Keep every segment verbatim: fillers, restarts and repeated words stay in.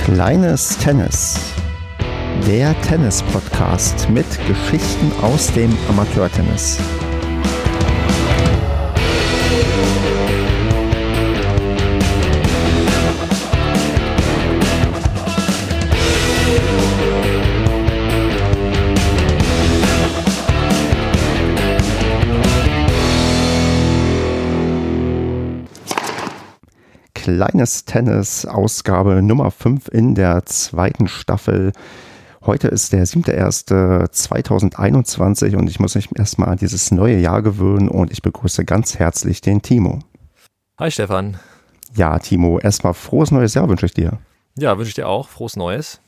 Kleines Tennis, der Tennis-Podcast mit Geschichten aus dem Amateurtennis. Kleines Tennis, Ausgabe Nummer fünf in der zweiten Staffel. Heute ist der siebter erster zweitausendeinundzwanzig und ich muss mich erstmal an dieses neue Jahr gewöhnen und ich begrüße ganz herzlich den Timo. Hi Stefan. Ja, Timo, erstmal frohes neues Jahr wünsche ich dir. Ja, wünsche ich dir auch. Frohes Neues.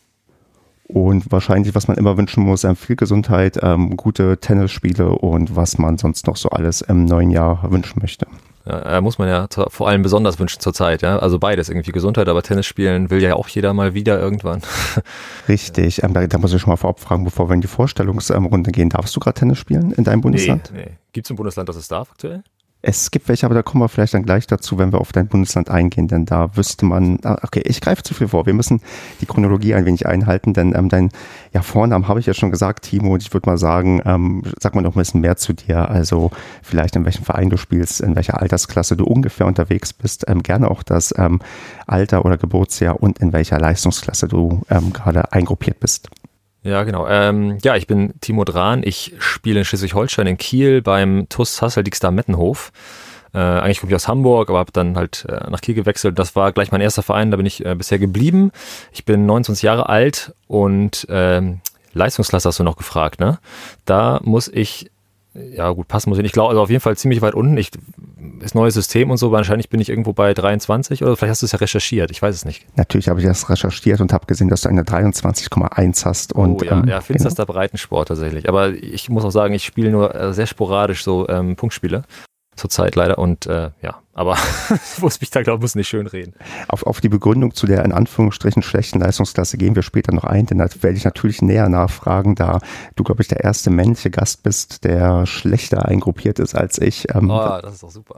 Und wahrscheinlich, was man immer wünschen muss, viel Gesundheit, ähm, gute Tennisspiele und was man sonst noch so alles im neuen Jahr wünschen möchte. Ja, muss man ja vor allem besonders wünschen zur Zeit, ja. Also beides irgendwie Gesundheit, aber Tennis spielen will ja auch jeder mal wieder irgendwann. Richtig, ähm, da, da muss ich schon mal vorab fragen, bevor wir in die Vorstellungsrunde gehen. Darfst du gerade Tennis spielen in deinem Bundesland? Nee, nee. Gibt es ein Bundesland, das es darf aktuell? Es gibt welche, aber da kommen wir vielleicht dann gleich dazu, wenn wir auf dein Bundesland eingehen, denn da wüsste man, okay, ich greife zu viel vor, wir müssen die Chronologie ein wenig einhalten, denn ähm, dein ja, Vornamen habe ich ja schon gesagt, Timo, und ich würde mal sagen, ähm, sag mal noch ein bisschen mehr zu dir, also vielleicht in welchem Verein du spielst, in welcher Altersklasse du ungefähr unterwegs bist, ähm, gerne auch das ähm, Alter oder Geburtsjahr und in welcher Leistungsklasse du ähm, gerade eingruppiert bist. Ja, genau. Ähm, ja, ich bin Timo Drahn. Ich spiele in Schleswig-Holstein in Kiel beim T U S Hasselt-Diegstar Mettenhof. Äh, eigentlich komme ich aus Hamburg, aber habe dann halt äh, nach Kiel gewechselt. Das war gleich mein erster Verein, da bin ich äh, bisher geblieben. Ich bin neunundzwanzig Jahre alt und ähm, Leistungsklasse hast du noch gefragt, ne? Da muss ich, ja gut, passen muss ich nicht. Ich glaube, also auf jeden Fall ziemlich weit unten. Ich, das neue System und so, wahrscheinlich bin ich irgendwo bei dreiundzwanzig oder vielleicht hast du es ja recherchiert, ich weiß es nicht. Natürlich habe ich das recherchiert und habe gesehen, dass du eine dreiundzwanzig Komma eins hast. Und, oh ja, ähm, ja finsterster genau. Breitensport tatsächlich. Aber ich muss auch sagen, ich spiele nur äh, sehr sporadisch so ähm, Punktspiele. Zurzeit leider und äh, ja, aber ich muss mich da, glaube ich, muss nicht schön reden. Auf, auf die Begründung zu der in Anführungsstrichen schlechten Leistungsklasse gehen wir später noch ein, denn da werde ich natürlich näher nachfragen, da du, glaube ich, der erste männliche Gast bist, der schlechter eingruppiert ist als ich. Ähm, oh, das ist doch super.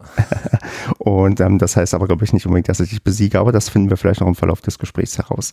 Und ähm, das heißt aber, glaube ich, nicht unbedingt, dass ich dich besiege, aber das finden wir vielleicht noch im Verlauf des Gesprächs heraus.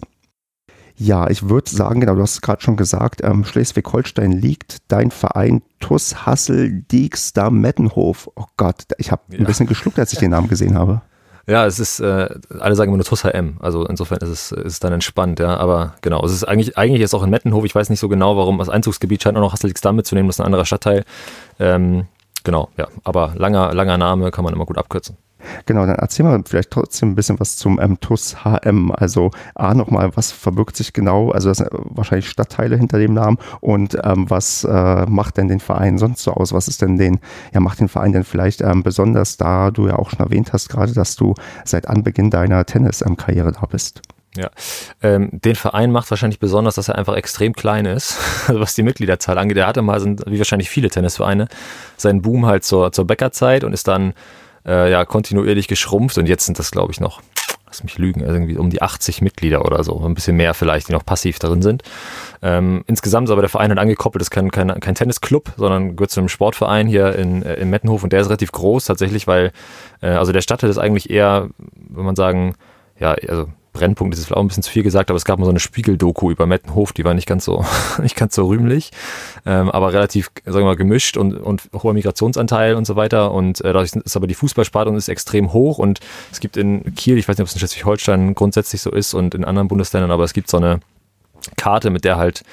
Ja, ich würde sagen, genau, du hast es gerade schon gesagt, ähm, Schleswig-Holstein liegt dein Verein T U S Hasselt-Diegstar Mettenhof. Oh Gott, ich habe ja. ein bisschen geschluckt, als ich den Namen gesehen habe. Ja, es ist, äh, alle sagen immer nur T U S H M, also insofern ist es, ist es dann entspannt, ja, aber genau, es ist eigentlich, eigentlich ist auch in Mettenhof, ich weiß nicht so genau, warum, das Einzugsgebiet scheint auch noch Hasselt-Diegstar mitzunehmen, das ist ein anderer Stadtteil, ähm, genau, ja, aber langer, langer Name kann man immer gut abkürzen. Genau, dann erzähl mal vielleicht trotzdem ein bisschen was zum ähm, T U S H M. Also A, nochmal, was verbirgt sich genau, also das sind wahrscheinlich Stadtteile hinter dem Namen und ähm, was äh, macht denn den Verein sonst so aus? Was ist denn den, ja, macht den Verein denn vielleicht ähm, besonders, da du ja auch schon erwähnt hast gerade, dass du seit Anbeginn deiner Tennis-Karriere da bist? Ja, ähm, den Verein macht wahrscheinlich besonders, dass er einfach extrem klein ist, was die Mitgliederzahl angeht. Er hatte mal, sind, wie wahrscheinlich viele Tennisvereine, seinen Boom halt zur, zur Bäckerzeit und ist dann Äh, ja, kontinuierlich geschrumpft und jetzt sind das, glaube ich, noch, lass mich lügen, irgendwie um die achtzig Mitglieder oder so, ein bisschen mehr vielleicht, die noch passiv darin sind. Ähm, insgesamt ist aber der Verein halt angekoppelt, ist kein, kein, kein Tennisclub, sondern gehört zu einem Sportverein hier in, äh, in Mettenhof und der ist relativ groß tatsächlich, weil, äh, also der Stadtteil ist eigentlich eher, wenn man sagen, ja, also Brennpunkt ist jetzt auch ein bisschen zu viel gesagt, aber es gab mal so eine Spiegel-Doku über Mettenhof, die war nicht ganz so, nicht ganz so rühmlich, ähm, aber relativ, sagen wir mal, gemischt und, und hoher Migrationsanteil und so weiter und äh, dadurch ist aber die Fußballsparte ist extrem hoch und es gibt in Kiel, ich weiß nicht, ob es in Schleswig-Holstein grundsätzlich so ist und in anderen Bundesländern, aber es gibt so eine Karte, mit der halt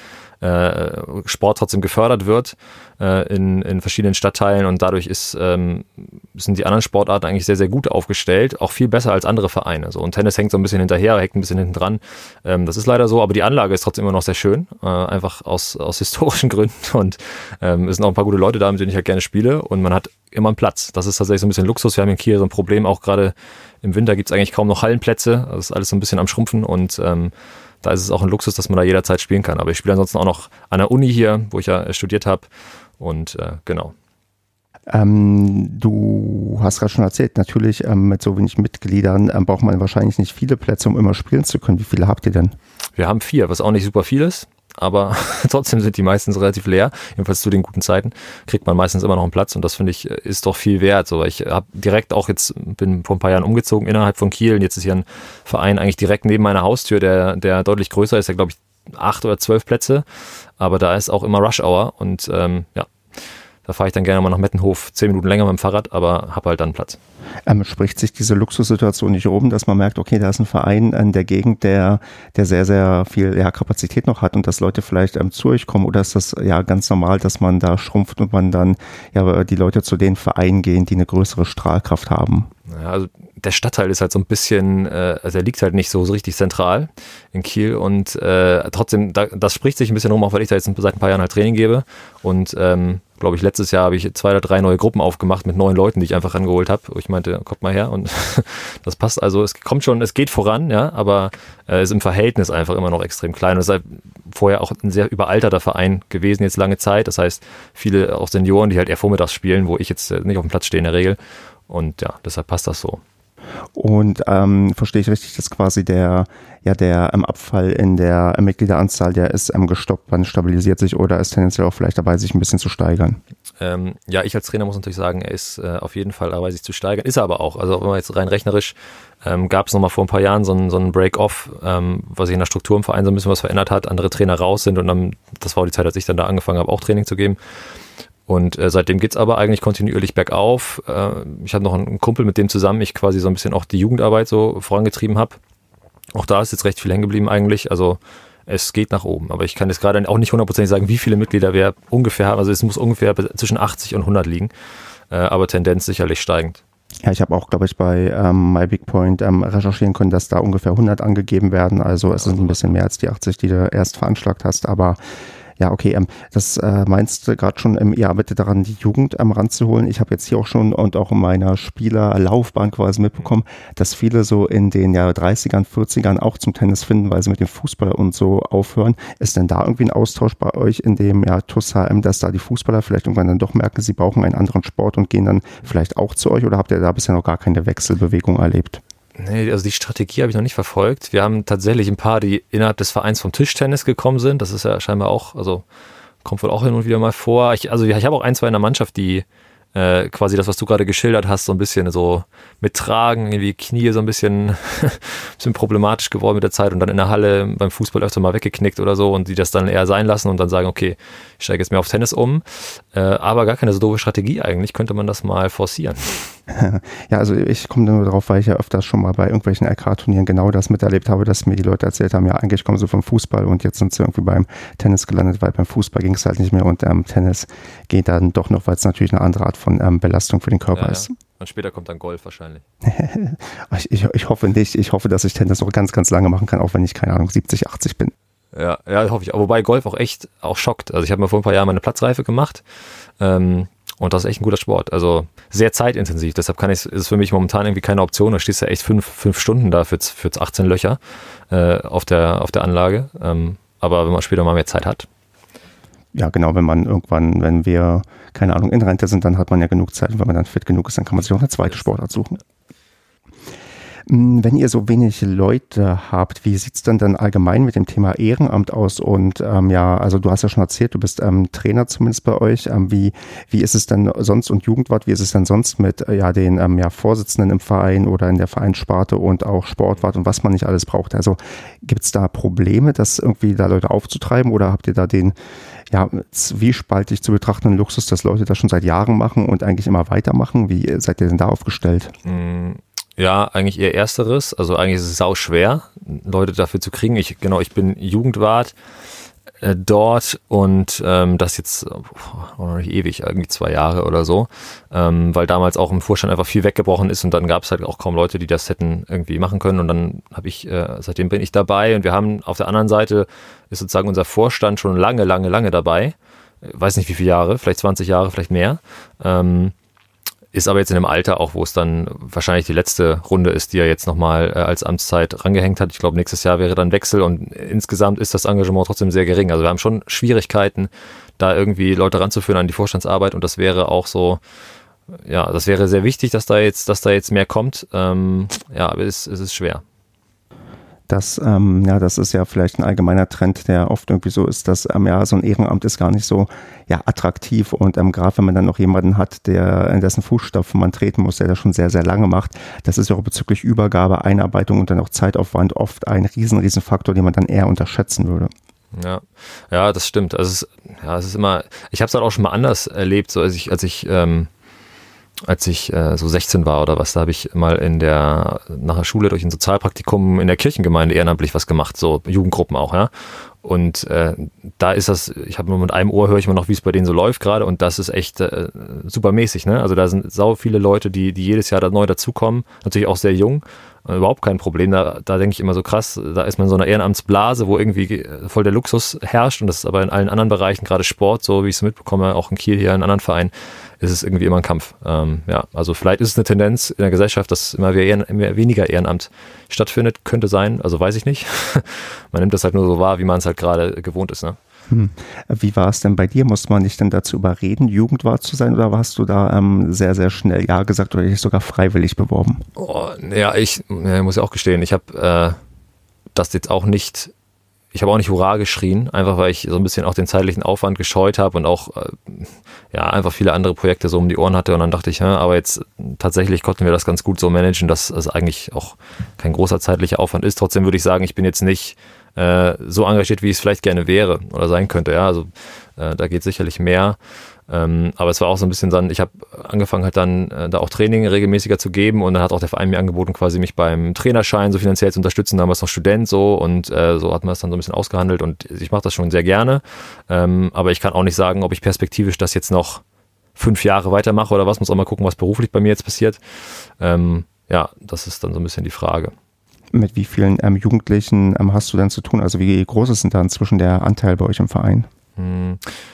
äh, Sport trotzdem gefördert wird äh, in, in verschiedenen Stadtteilen und dadurch ist, ähm, sind die anderen Sportarten eigentlich sehr, sehr gut aufgestellt, auch viel besser als andere Vereine. So, und Tennis hängt so ein bisschen hinterher, hängt ein bisschen hinten dran. Ähm, das ist leider so, aber die Anlage ist trotzdem immer noch sehr schön, äh, einfach aus, aus historischen Gründen und ähm, es sind auch ein paar gute Leute da, mit denen ich halt gerne spiele und man hat immer einen Platz. Das ist tatsächlich so ein bisschen Luxus. Wir haben in Kiel so ein Problem, auch gerade im Winter gibt es eigentlich kaum noch Hallenplätze, das ist alles so ein bisschen am Schrumpfen und ähm, da ist es auch ein Luxus, dass man da jederzeit spielen kann. Aber ich spiele ansonsten auch noch an der Uni hier, wo ich ja studiert habe. Und äh, genau. Ähm, du hast gerade schon erzählt, natürlich ähm, mit so wenig Mitgliedern ähm, braucht man wahrscheinlich nicht viele Plätze, um immer spielen zu können. Wie viele habt ihr denn? Wir haben vier, was auch nicht super viel ist. aber trotzdem sind die meistens relativ leer. Jedenfalls zu den guten Zeiten kriegt man meistens immer noch einen Platz und das finde ich ist doch viel wert. So, ich habe direkt auch jetzt, bin vor ein paar Jahren umgezogen innerhalb von Kiel und jetzt ist hier ein Verein eigentlich direkt neben meiner Haustür, der, der deutlich größer ist, der glaube ich acht oder zwölf Plätze, aber da ist auch immer Rush Hour und ähm, ja, da fahre ich dann gerne mal nach Mettenhof, zehn Minuten länger mit dem Fahrrad, aber habe halt dann Platz. Ähm, spricht sich diese Luxussituation nicht rum, dass man merkt, okay, da ist ein Verein in der Gegend, der, der sehr, sehr viel ja, Kapazität noch hat und dass Leute vielleicht ähm, zu euch kommen, oder ist das ja ganz normal, dass man da schrumpft und man dann ja die Leute zu den Vereinen gehen, die eine größere Strahlkraft haben? Ja, also der Stadtteil ist halt so ein bisschen, äh, also er liegt halt nicht so, so richtig zentral in Kiel und äh, trotzdem, da, das spricht sich ein bisschen rum, auch weil ich da jetzt seit ein paar Jahren halt Training gebe und ähm, glaube ich, letztes Jahr habe ich zwei oder drei neue Gruppen aufgemacht mit neuen Leuten, die ich einfach rangeholt habe. Ich meinte, kommt mal her und das passt. Also es kommt schon, es geht voran, ja, aber äh, ist im Verhältnis einfach immer noch extrem klein. Und es ist halt vorher auch ein sehr überalterter Verein gewesen, jetzt lange Zeit. Das heißt, viele auch Senioren, die halt eher vormittags spielen, wo ich jetzt nicht auf dem Platz stehe in der Regel. Und ja, deshalb passt das so. Und ähm, verstehe ich richtig, dass quasi der, ja, der ähm, Abfall in der äh, Mitgliederanzahl, der ist ähm, gestoppt, man stabilisiert sich oder ist tendenziell auch vielleicht dabei, sich ein bisschen zu steigern? Ähm, ja, ich als Trainer muss natürlich sagen, er ist äh, auf jeden Fall dabei, sich zu steigern. Ist er aber auch. Also wenn man jetzt rein rechnerisch, ähm, gab es nochmal vor ein paar Jahren so einen so einen Break-Off, ähm, was sich in der Struktur im Verein so ein bisschen was verändert hat, andere Trainer raus sind und dann, das war die Zeit, als ich dann da angefangen habe, auch Training zu geben. Und äh, seitdem geht's aber eigentlich kontinuierlich bergauf. Äh, ich habe noch einen Kumpel, mit dem zusammen ich quasi so ein bisschen auch die Jugendarbeit so vorangetrieben habe. Auch da ist jetzt recht viel hängen geblieben eigentlich. Also es geht nach oben. Aber ich kann jetzt gerade auch nicht hundertprozentig sagen, wie viele Mitglieder wir ungefähr haben. Also es muss ungefähr zwischen achtzig und hundert liegen. Äh, aber Tendenz sicherlich steigend. Ja, ich habe auch, glaube ich, bei ähm, MyBigPoint ähm, recherchieren können, dass da ungefähr hundert angegeben werden. Also es sind ein bisschen mehr als die achtzig, die du erst veranschlagt hast. Aber ja, okay, ähm, das äh, meinst du gerade schon, ähm, ihr arbeitet daran, die Jugend ähm, ranzuholen. Ich habe jetzt hier auch schon und auch in meiner Spielerlaufbahn quasi mitbekommen, dass viele so in den ja, dreißigern, vierzigern auch zum Tennis finden, weil sie mit dem Fußball und so aufhören. Ist denn da irgendwie ein Austausch bei euch in dem ja, T U S H M, dass da die Fußballer vielleicht irgendwann dann doch merken, sie brauchen einen anderen Sport und gehen dann vielleicht auch zu euch, oder habt ihr da bisher noch gar keine Wechselbewegung erlebt? Nee, also die Strategie habe ich noch nicht verfolgt. Wir haben tatsächlich ein paar, die innerhalb des Vereins vom Tischtennis gekommen sind. Das ist ja scheinbar auch, also kommt wohl auch hin und wieder mal vor. Ich, also ich habe auch ein, zwei in der Mannschaft, die äh, quasi das, was du gerade geschildert hast, so ein bisschen so mittragen, irgendwie Knie so ein bisschen, bisschen problematisch geworden mit der Zeit und dann in der Halle beim Fußball öfter mal weggeknickt oder so und die das dann eher sein lassen und dann sagen, okay, ich steige jetzt mehr auf Tennis um. Äh, aber gar keine so doofe Strategie eigentlich, könnte man das mal forcieren. Ja, also ich komme nur darauf, weil ich ja öfters schon mal bei irgendwelchen L K-Turnieren genau das miterlebt habe, dass mir die Leute erzählt haben, ja, eigentlich kommen sie vom Fußball und jetzt sind sie irgendwie beim Tennis gelandet, weil beim Fußball ging es halt nicht mehr und ähm, Tennis geht dann doch noch, weil es natürlich eine andere Art von ähm, Belastung für den Körper ja, ist. Ja. Und später kommt dann Golf wahrscheinlich. ich, ich, ich hoffe nicht. Ich hoffe, dass ich Tennis noch ganz, ganz lange machen kann, auch wenn ich, keine Ahnung, siebzig, achtzig bin. Ja, ja, hoffe ich. Aber wobei Golf auch echt auch schockt. Also ich habe mir vor ein paar Jahren meine Platzreife gemacht. Ähm, Und das ist echt ein guter Sport. Also sehr zeitintensiv. Deshalb kann ich, ist es für mich momentan irgendwie keine Option. Da stehst du ja echt fünf, fünf Stunden da für, für achtzehn Löcher äh, auf der, auf der Anlage. Ähm, aber wenn man später mal mehr Zeit hat. Ja, genau. Wenn man irgendwann, wenn wir, keine Ahnung, in Rente sind, dann hat man ja genug Zeit. Und wenn man dann fit genug ist, dann kann man sich auch eine zweite Sportart suchen. Wenn ihr so wenig Leute habt, wie sieht es denn dann allgemein mit dem Thema Ehrenamt aus? Und ähm, ja, also du hast ja schon erzählt, du bist ähm, Trainer zumindest bei euch. Ähm, wie, wie ist es denn sonst und Jugendwart, wie ist es denn sonst mit äh, ja, den ähm, ja, Vorsitzenden im Verein oder in der Vereinssparte und auch Sportwart und was man nicht alles braucht? Also gibt es da Probleme, das irgendwie da Leute aufzutreiben oder habt ihr da den ja, zwiespaltig zu betrachtenden Luxus, dass Leute das schon seit Jahren machen und eigentlich immer weitermachen? Wie seid ihr denn da aufgestellt? Mm. Ja, eigentlich eher Ersteres. Also eigentlich ist es sau schwer, Leute dafür zu kriegen. Ich, genau, ich bin Jugendwart äh, dort und ähm, das jetzt oh, noch nicht ewig, irgendwie zwei Jahre oder so, ähm, weil damals auch im Vorstand einfach viel weggebrochen ist und dann gab es halt auch kaum Leute, die das hätten irgendwie machen können und dann habe ich, äh, seitdem bin ich dabei und wir haben auf der anderen Seite ist sozusagen unser Vorstand schon lange, lange, lange dabei. Ich weiß nicht wie viele Jahre, vielleicht zwanzig Jahre, vielleicht mehr. Ähm, Ist aber jetzt in einem Alter auch, wo es dann wahrscheinlich die letzte Runde ist, die er jetzt nochmal äh, als Amtszeit rangehängt hat. Ich glaube, nächstes Jahr wäre dann Wechsel und insgesamt ist das Engagement trotzdem sehr gering. Also wir haben schon Schwierigkeiten, da irgendwie Leute ranzuführen an die Vorstandsarbeit und das wäre auch so, ja, das wäre sehr wichtig, dass da jetzt, dass da jetzt mehr kommt. Ähm, ja, aber es, es ist schwer. Das, ähm, ja, das ist ja vielleicht ein allgemeiner Trend, der oft irgendwie so ist, dass ähm, ja, so ein Ehrenamt ist gar nicht so ja, attraktiv und ähm, gerade wenn man dann noch jemanden hat, der in dessen Fußstapfen man treten muss, der das schon sehr, sehr lange macht, das ist ja auch bezüglich Übergabe, Einarbeitung und dann auch Zeitaufwand oft ein riesen, riesen Faktor, den man dann eher unterschätzen würde. Ja, ja, das stimmt. Also es ist, ja, es ist immer, ich habe es halt auch schon mal anders erlebt, so als ich, als ich, ähm, als ich äh, so sechzehn war oder was, da habe ich mal in der, nach der Schule durch ein Sozialpraktikum in der Kirchengemeinde ehrenamtlich was gemacht, so Jugendgruppen auch, ja. Und äh, da ist das, ich habe nur mit einem Ohr höre ich immer noch, wie es bei denen so läuft gerade und das ist echt äh, super mäßig, ne? Also da sind sau viele Leute, die, die jedes Jahr da neu dazukommen, natürlich auch sehr jung, äh, überhaupt kein Problem. Da, da denke ich immer so krass, da ist man in so einer Ehrenamtsblase, wo irgendwie voll der Luxus herrscht und das ist aber in allen anderen Bereichen, gerade Sport, so wie ich es mitbekomme, auch in Kiel hier in anderen Vereinen, ist es irgendwie immer ein Kampf. Ähm, ja, also vielleicht ist es eine Tendenz in der Gesellschaft, dass immer, Ehren, immer weniger Ehrenamt stattfindet, könnte sein, also weiß ich nicht. Man nimmt das halt nur so wahr, wie man es halt gerade gewohnt ist. Ne? Hm. Wie war es denn bei dir? Musste man dich denn dazu überreden, Jugendwart zu sein oder warst du da ähm, sehr, sehr schnell Ja gesagt oder dich sogar freiwillig beworben? Oh, ja, ich ja, muss ja auch gestehen, ich habe äh, das jetzt auch nicht Ich habe auch nicht Hurra geschrien, einfach weil ich so ein bisschen auch den zeitlichen Aufwand gescheut habe und auch äh, ja einfach viele andere Projekte so um die Ohren hatte und dann dachte ich, ja, aber jetzt tatsächlich konnten wir das ganz gut so managen, dass es eigentlich auch kein großer zeitlicher Aufwand ist. Trotzdem würde ich sagen, ich bin jetzt nicht äh, so engagiert, wie ich es vielleicht gerne wäre oder sein könnte. Ja, also äh, da geht sicherlich mehr. Ähm, aber es war auch so ein bisschen dann, ich habe angefangen halt dann äh, da auch Training regelmäßiger zu geben und dann hat auch der Verein mir angeboten, quasi mich beim Trainerschein so finanziell zu unterstützen, damals noch Student so und äh, so hat man es dann so ein bisschen ausgehandelt und ich mache das schon sehr gerne, ähm, aber ich kann auch nicht sagen, ob ich perspektivisch das jetzt noch fünf Jahre weitermache oder was, muss auch mal gucken, was beruflich bei mir jetzt passiert. Ähm, ja, das ist dann so ein bisschen die Frage. Mit wie vielen ähm, Jugendlichen ähm, hast du denn zu tun? Also wie groß ist denn da inzwischen der Anteil bei euch im Verein? Hm.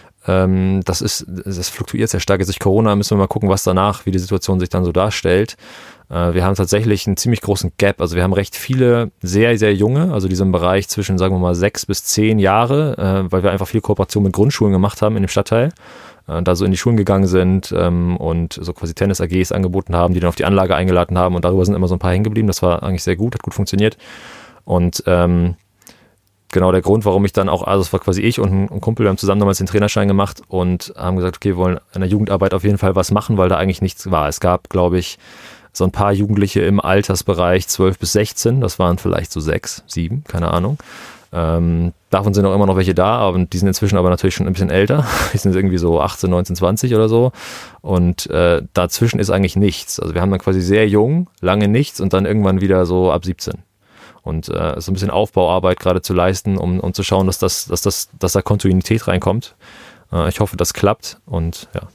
Das ist, das fluktuiert sehr stark. Jetzt durch Corona müssen wir mal gucken, was danach, wie die Situation sich dann so darstellt. Wir haben tatsächlich einen ziemlich großen Gap. Also wir haben recht viele sehr, sehr junge, also die so im Bereich zwischen, sagen wir mal, sechs bis zehn Jahre, weil wir einfach viel Kooperation mit Grundschulen gemacht haben in dem Stadtteil. Da so in die Schulen gegangen sind und so quasi Tennis-A Gs angeboten haben, die dann auf die Anlage eingeladen haben und darüber sind immer so ein paar hängen geblieben. Das war eigentlich sehr gut, hat gut funktioniert. Und ähm, genau der Grund, warum ich dann auch, also es war quasi ich und ein Kumpel, wir haben zusammen damals den Trainerschein gemacht und haben gesagt, okay, wir wollen in der Jugendarbeit auf jeden Fall was machen, weil da eigentlich nichts war. Es gab, glaube ich, so ein paar Jugendliche im Altersbereich zwölf bis sechzehn, das waren vielleicht so sechs, sieben, keine Ahnung. Ähm, davon sind auch immer noch welche da, aber die sind inzwischen aber natürlich schon ein bisschen älter. Die sind irgendwie so achtzehn, neunzehn, zwanzig oder so. Und äh, dazwischen ist eigentlich nichts. Also wir haben dann quasi sehr jung, lange nichts und dann irgendwann wieder so ab siebzehn. Und äh, so ein bisschen Aufbauarbeit gerade zu leisten, um, um zu schauen, dass, das, dass, das, dass da Kontinuität reinkommt. Äh, ich hoffe, das klappt und ja.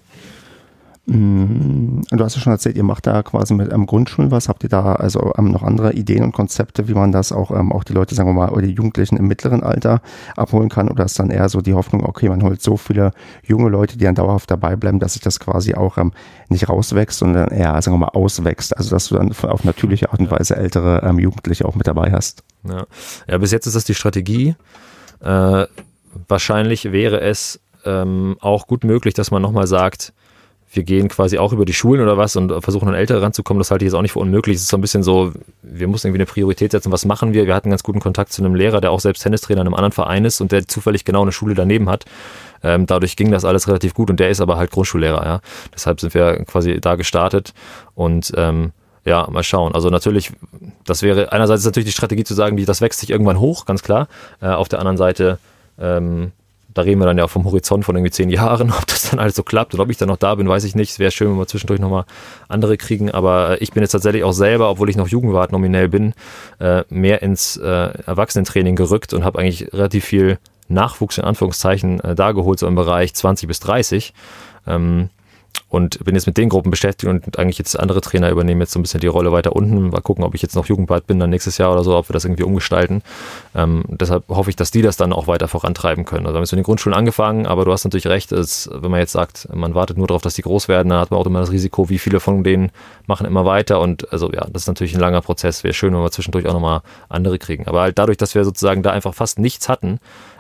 Du hast ja schon erzählt, ihr macht da quasi mit ähm, Grundschulen was. Habt ihr da also ähm, noch andere Ideen und Konzepte, wie man das auch, ähm, auch die Leute, sagen wir mal, oder die Jugendlichen im mittleren Alter abholen kann? Oder ist dann eher so die Hoffnung, okay, man holt so viele junge Leute, die dann dauerhaft dabei bleiben, dass sich das quasi auch ähm, nicht rauswächst, sondern eher, sagen wir mal, auswächst. Also dass du dann auf natürliche Art und Weise ältere ähm, Jugendliche auch mit dabei hast. Ja. ja, bis jetzt ist das die Strategie. Äh, wahrscheinlich wäre es ähm, auch gut möglich, dass man nochmal sagt, wir gehen quasi auch über die Schulen oder was und versuchen an Ältere ranzukommen. Das halte ich jetzt auch nicht für unmöglich. Es ist so ein bisschen so, wir mussten irgendwie eine Priorität setzen. Was machen wir? Wir hatten ganz guten Kontakt zu einem Lehrer, der auch selbst Tennistrainer in einem anderen Verein ist und der zufällig genau eine Schule daneben hat. Ähm, dadurch ging das alles relativ gut und der ist aber halt Grundschullehrer. Ja. Deshalb sind wir quasi da gestartet und ähm, ja, mal schauen. Also natürlich, das wäre, einerseits ist natürlich die Strategie zu sagen, die, das wächst sich irgendwann hoch, ganz klar. Äh, auf der anderen Seite, ähm, da reden wir dann ja auch vom Horizont von irgendwie zehn Jahren, ob das dann alles so klappt und ob ich dann noch da bin, weiß ich nicht. Es wäre schön, wenn wir zwischendurch nochmal andere kriegen, aber ich bin jetzt tatsächlich auch selber, obwohl ich noch Jugendwart nominell bin, äh, mehr ins äh, Erwachsenentraining gerückt und habe eigentlich relativ viel Nachwuchs in Anführungszeichen äh, da geholt, so im Bereich zwanzig bis dreißig. Ähm, und bin jetzt mit den Gruppen beschäftigt und eigentlich jetzt andere Trainer übernehmen jetzt so ein bisschen die Rolle weiter unten. Mal gucken, ob ich jetzt noch Jugendwart bin dann nächstes Jahr oder so, ob wir das irgendwie umgestalten. Ähm, deshalb hoffe ich, dass die das dann auch weiter vorantreiben können. Also wir haben jetzt in den Grundschulen angefangen, aber du hast natürlich recht, ist, wenn man jetzt sagt, man wartet nur darauf, dass die groß werden, dann hat man auch immer das Risiko, wie viele von denen machen immer weiter und also ja, das ist natürlich ein langer Prozess. Wäre schön, wenn wir zwischendurch auch nochmal andere kriegen. Aber halt dadurch, dass wir sozusagen da einfach fast nichts hatten,